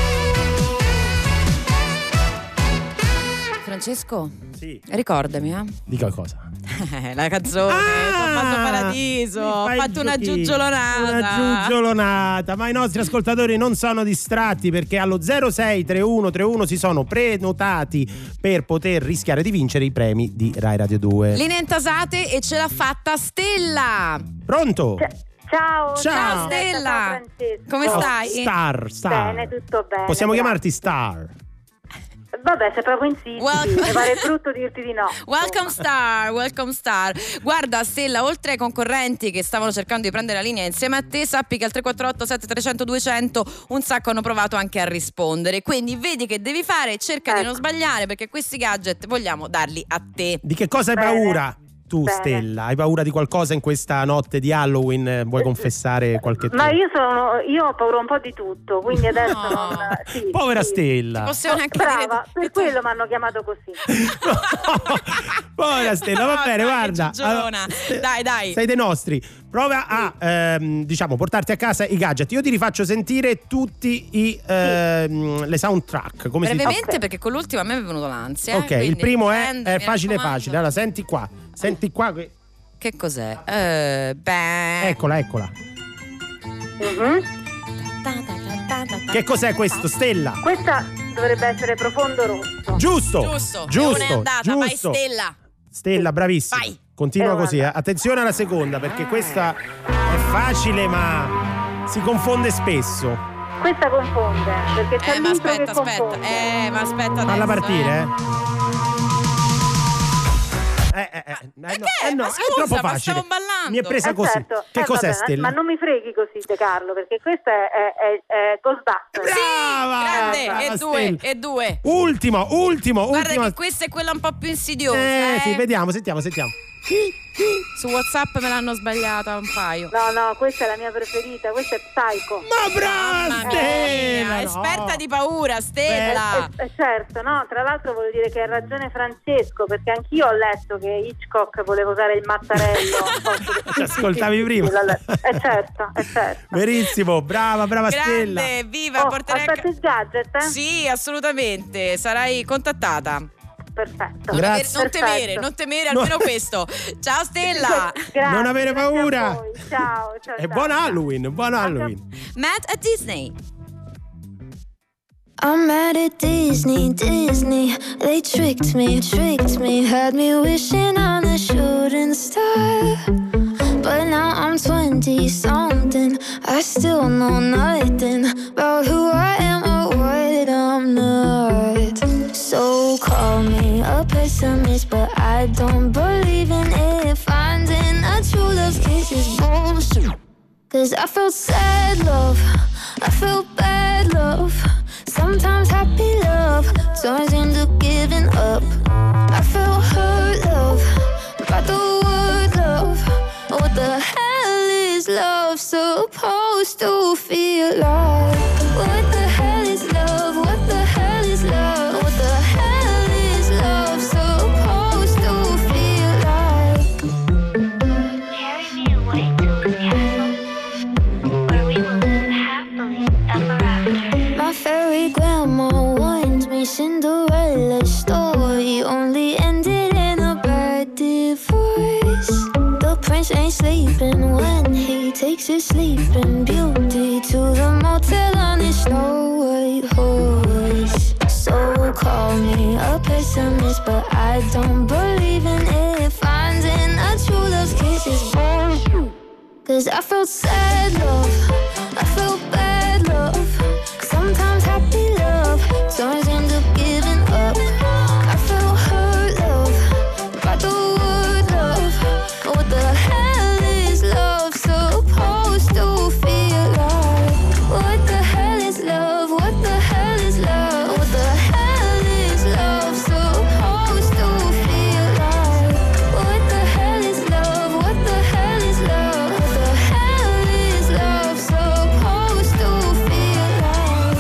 Francesco? Sì. Ricordami, Dica cosa? La canzone, Tommaso Paradiso, ho fatto una giugiolonata. Una giugiolonata, ma i nostri ascoltatori non sono distratti perché allo 063131 si sono prenotati per poter rischiare di vincere i premi di Rai Radio 2. Linee intasate e ce l'ha fatta Stella. Pronto? Ciao Stella. Come stai? Star. Bene, tutto bene. Possiamo grazie. chiamarti Star? Vabbè, se proprio insisti, mi pare brutto dirti di no. Welcome Star. Guarda Stella, oltre ai concorrenti che stavano cercando di prendere la linea insieme a te, sappi che al 348 7300 200 un sacco hanno provato anche a rispondere. Quindi vedi che devi fare, cerca di non sbagliare, perché questi gadget vogliamo darli a te. Di che cosa hai paura? Tu, Stella, hai paura di qualcosa in questa notte di Halloween? Vuoi confessare qualche cosa? Ma io ho paura un po' di tutto, quindi adesso non... Sì, povera Stella. Possiamo neanche brava, per quello mi hanno chiamato così. Povera Stella, va bene, guarda. Allora, dai. Sei dei nostri. Prova a portarti a casa i gadget. Io ti rifaccio sentire tutti le soundtrack. Come brevemente, perché con l'ultima a me è venuto l'ansia. Ok, il primo è facile. Allora, senti qua. Che cos'è? Eccola. Mm-hmm. Che cos'è questo, Stella? Questa dovrebbe essere Profondo Rosso. Giusto. Non è andata, vai Stella. Stella, bravissima. Vai. Continua così. Attenzione alla seconda, perché questa è facile ma si confonde spesso. Questa confonde, perché c'è l'intro che confonde. Ma aspetta. Falla partire, no, scusa, è troppo ma facile. stavo ballando. Mi è presa così. Certo. Che cos'è, vabbè, Stella? Ma non mi freghi così, De Carlo, perché questa è Ghostbusters. Brava! Grande, e due. Ultimo. Guarda che questa è quella un po' più insidiosa. Sì, vediamo. Su WhatsApp me l'hanno sbagliata un paio. No, questa è la mia preferita, questa è Psycho. Ma brava Stella! Esperta di paura, Stella. Certo, no, tra l'altro voglio dire che ha ragione Francesco, perché anch'io ho letto che Hitchcock voleva usare il mattarello. Ci ascoltavi prima. Certo. Verissimo, brava Grande, Stella. Viva, porterei aspetta il gadget, Sì, assolutamente, sarai contattata. Perfetto. Non temere almeno questo. Ciao Stella. Grazie, non avere paura. Ciao. E buon Halloween. Matt at Disney. I'm mad at Disney. They tricked me, had me wishing on a shooting star. But now I'm 20-something, I still know nothing about who I am or what I'm not. So call me a pessimist, but I don't believe in it. Finding a true love kiss is bullshit. 'Cause I felt sad love, I felt bad love. Sometimes happy love turns into giving up. I felt hurt, love, by the word love. What the hell is love supposed to feel like? What the hell is love? What the hell is love? What the hell is love supposed to feel like? Carry me away to the castle where we will live happily ever after. My fairy grandma warned me Cinderella's story only ended in a bad divorce. The prince ain't sleeping when he takes his sleeping beauty to the motel on his Snow White horse. So call me a pessimist, but I don't believe in it. Finding a true love's kiss is born. 'Cause I felt sad love, I felt bad love. Sometimes happy love turns into giving up. I felt hurt love, by the word love. What the hell is love supposed to feel like? What the hell is love? What the hell is love? What the hell is love supposed to feel like? What the hell is love? What the hell is love? What the hell is love supposed to feel like?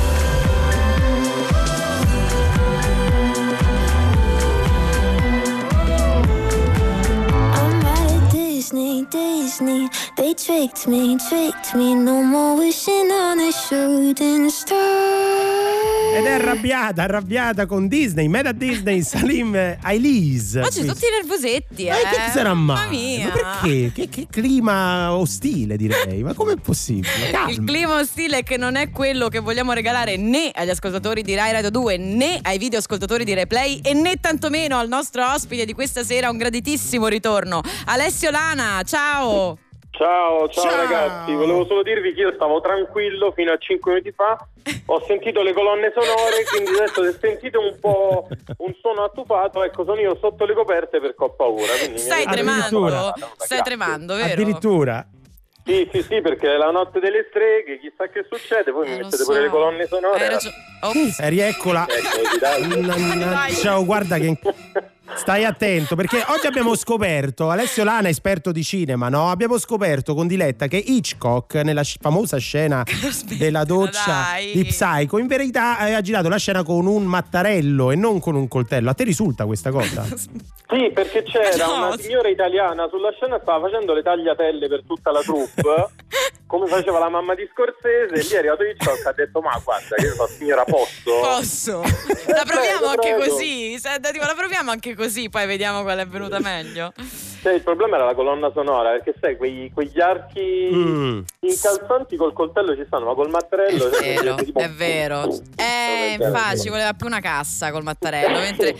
I'm at Disney, Disney. They tricked me, no more wishing on a shooting star. Ed è arrabbiata con Disney, Meta Disney, Salim Ailis. Oggi tutti nervosetti, Che sarà mai? Mamma mia. Ma perché? Che clima ostile, direi. Ma com'è possibile? Calma. Il clima ostile che non è quello che vogliamo regalare né agli ascoltatori di Rai Radio 2 né ai video ascoltatori di Replay e né tantomeno al nostro ospite di questa sera. Un graditissimo ritorno, Alessio Lana, ciao. Ciao ragazzi, volevo solo dirvi che io stavo tranquillo fino a 5 minuti fa, ho sentito le colonne sonore, quindi adesso se sentite un po' un suono attufato, ecco, sono io sotto le coperte perché ho paura. Stai tremando, vero? Addirittura. Sì, perché è la notte delle streghe, chissà che succede, poi mi mettete pure le colonne sonore. Rieccola. Ciao, guarda che... Stai attento, perché oggi abbiamo scoperto, Alessio Lana, esperto di cinema, no? Abbiamo scoperto con Diletta che Hitchcock, nella famosa scena della doccia di Psycho, in verità aveva girato la scena con un mattarello e non con un coltello. A te risulta questa cosa? Sì, perché c'era una signora italiana sulla scena, stava facendo le tagliatelle per tutta la troupe, come faceva la mamma di Scorsese, e lì è arrivato Hitchcock, ha detto: ma guarda, che io so, signora, posso? La proviamo anche così, la proviamo anche così, poi vediamo qual è venuta meglio. Il problema era la colonna sonora, perché sai, quegli archi incalzanti col coltello ci stanno, ma col mattarello è vero. Infatti ci voleva più una cassa col mattarello, mentre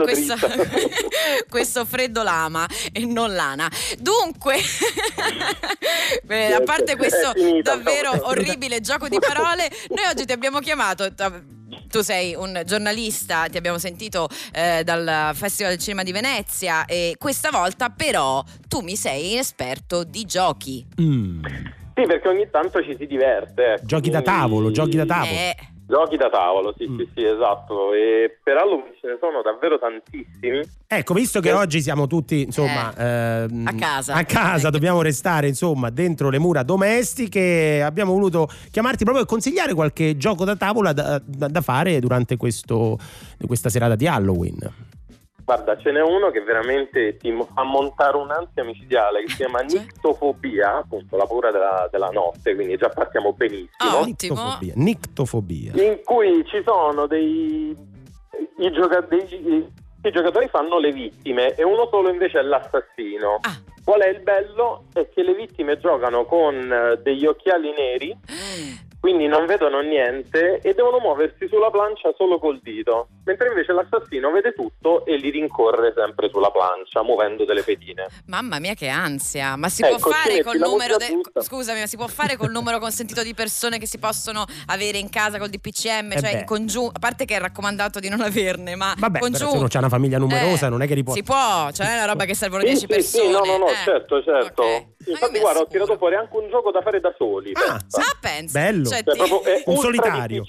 questo freddo lama e non lana. Dunque a parte questo davvero orribile gioco di parole, noi oggi ti abbiamo chiamato. Tu sei un giornalista, ti abbiamo sentito dal Festival del Cinema di Venezia, e questa volta però tu mi sei esperto di giochi. Sì, perché ogni tanto ci si diverte. Giochi da tavolo. Giochi da tavolo, sì, esatto. E per Halloween ce ne sono davvero tantissimi. Ecco, visto che oggi siamo tutti, insomma, a casa, dobbiamo restare, insomma, dentro le mura domestiche, abbiamo voluto chiamarti proprio per consigliare qualche gioco da tavola da fare durante questa serata di Halloween. Guarda, ce n'è uno che veramente ti fa montare un'ansia micidiale, che si chiama nictofobia, appunto la paura della notte, quindi già partiamo benissimo. Nictofobia. In cui ci sono i giocatori fanno le vittime e uno solo invece è l'assassino. Qual è il bello? È che le vittime giocano con degli occhiali neri, quindi non vedono niente e devono muoversi sulla plancia solo col dito. mentre invece l'assassino vede tutto e li rincorre sempre sulla plancia, muovendo delle pedine. Mamma mia, che ansia! Ma si può fare col numero scusami, ma si può fare col numero consentito di persone che si possono avere in casa col DPCM, cioè in congiunto, a parte che è raccomandato di non averne, ma vabbè, congiunto. Se uno c'ha una famiglia numerosa, non è che si può, cioè non è una roba che servono 10 persone. Sì, no, certo. Okay. Infatti guarda, ho tirato fuori anche un gioco da fare da soli. Pensa. Bello. Cioè, è un solitario.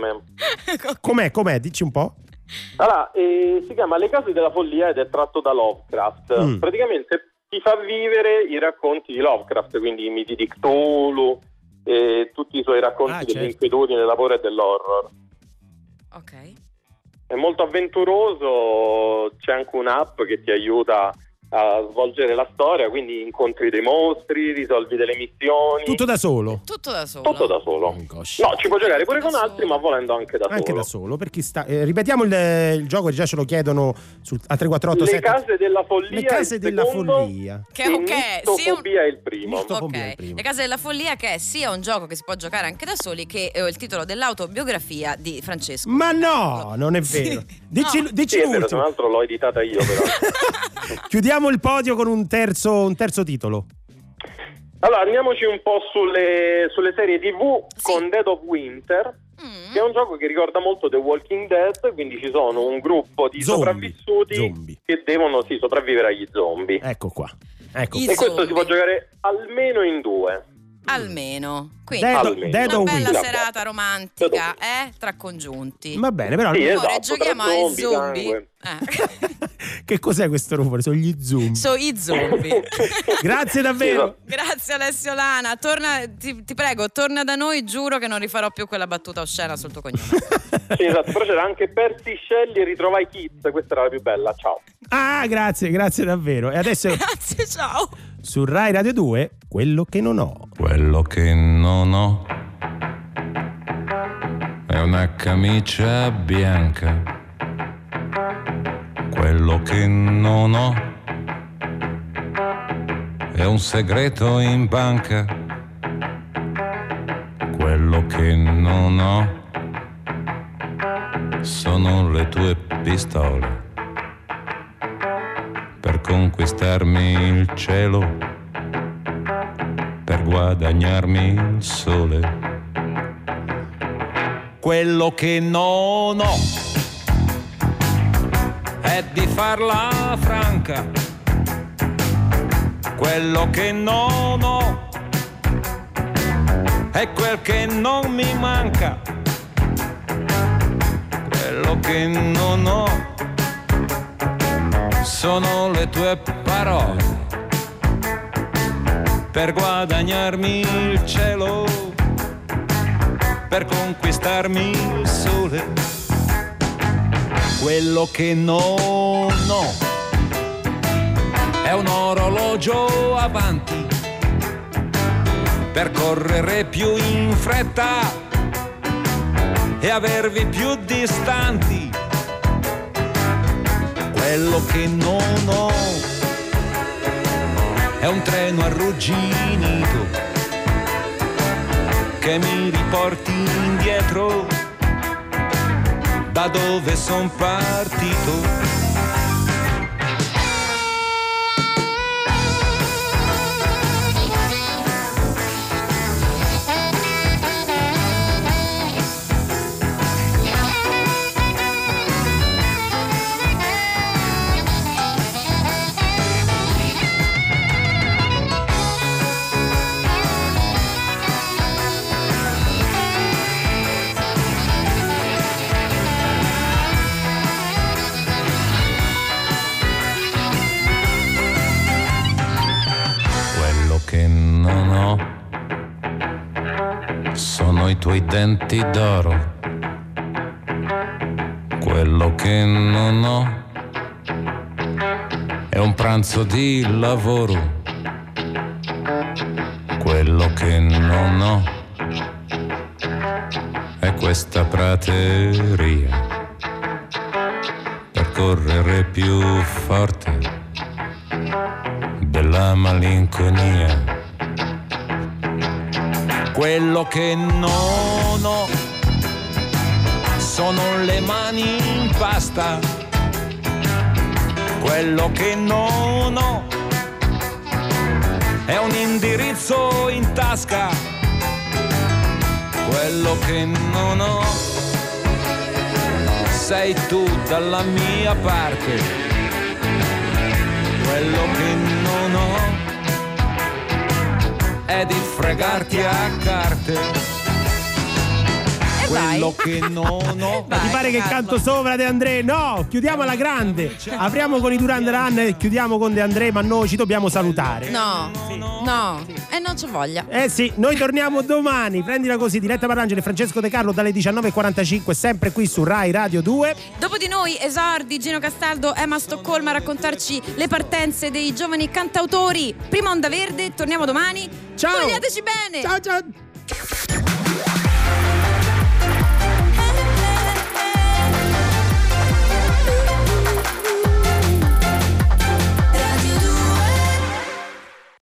DPCM. Com'è? Dici un po'. Allora, si chiama Le case della follia ed è tratto da Lovecraft. Praticamente ti fa vivere i racconti di Lovecraft, quindi i miti di Cthulhu e tutti i suoi racconti dell'inquietudine, del lavoro e dell'horror. Ok. È molto avventuroso, c'è anche un'app che ti aiuta a svolgere la storia, quindi incontri dei mostri, risolvi delle missioni. Tutto da solo? Tutto da solo. No, ci puoi giocare pure con altri, ma volendo anche da solo. Anche da solo, per chi sta. Ripetiamo il gioco, già ce lo chiedono a 348. Le case della follia. Le case della follia. Che Nistofobia è il primo. Le case della follia, che è sia un gioco che si può giocare anche da soli, che il titolo dell'autobiografia di Francesco. Ma no, non è vero. Dici l'ultimo. Tra l'altro l'ho editata io, però. Chiudiamo il podio con un terzo titolo. Allora andiamoci un po' sulle serie TV con Dead of Winter, che è un gioco che ricorda molto The Walking Dead, quindi ci sono un gruppo di sopravvissuti che devono sopravvivere agli zombie. Ecco qua. E questo si può giocare almeno in 2. Almeno. Quindi Dead una bella Winter. serata romantica, tra congiunti. Va bene, però ora giochiamo ai zombie. Che cos'è questo rumore? Sono gli zombie. Sono i zombie. Grazie davvero. Grazie Alessio Lana. Ti prego, torna da noi, giuro che non rifarò più quella battuta oscena sul tuo cognome. Sì, esatto, però c'era anche Percy Shelley e Ritrovai Kids, questa era la più bella. Ciao. Grazie davvero. E adesso grazie, ciao. Su Rai Radio 2, Quello che non ho. Quello che non ho è una camicia bianca. Quello che non ho è un segreto in banca. Quello che non ho sono le tue pistole per conquistarmi il cielo, per guadagnarmi il sole. Quello che non ho è di farla franca. Quello che non ho è quel che non mi manca. Quello che non ho sono le tue parole per guadagnarmi il cielo, per conquistarmi il sole. Quello che non ho è un orologio avanti per correre più in fretta e avervi più distanti. Quello che non ho è un treno arrugginito che mi riporti indietro da dove son partito. I tuoi denti d'oro. Quello che non ho è un pranzo di lavoro. Quello che non ho è questa prateria per correre più forte della malinconia. Quello che non ho sono le mani in pasta. Quello che non ho è un indirizzo in tasca. Quello che non ho sei tu dalla mia parte. Quello che non ho è di fregarti a carte. Quello che non ho. Ma ti pare che canto sopra De André? No, chiudiamo alla grande. Apriamo con i Duran Duran e chiudiamo con De André, ma noi ci dobbiamo salutare. No, no, e non c'ho voglia. Sì, noi torniamo domani. Prendila così, Diletta Marangeli e Francesco De Carlo dalle 19.45, sempre qui su Rai Radio 2. Dopo di noi esordi Gino Castaldo, Emma Stoccolma a raccontarci le partenze dei giovani cantautori. Prima Onda Verde, torniamo domani. Ciao. Vogliateci bene. Ciao ciao.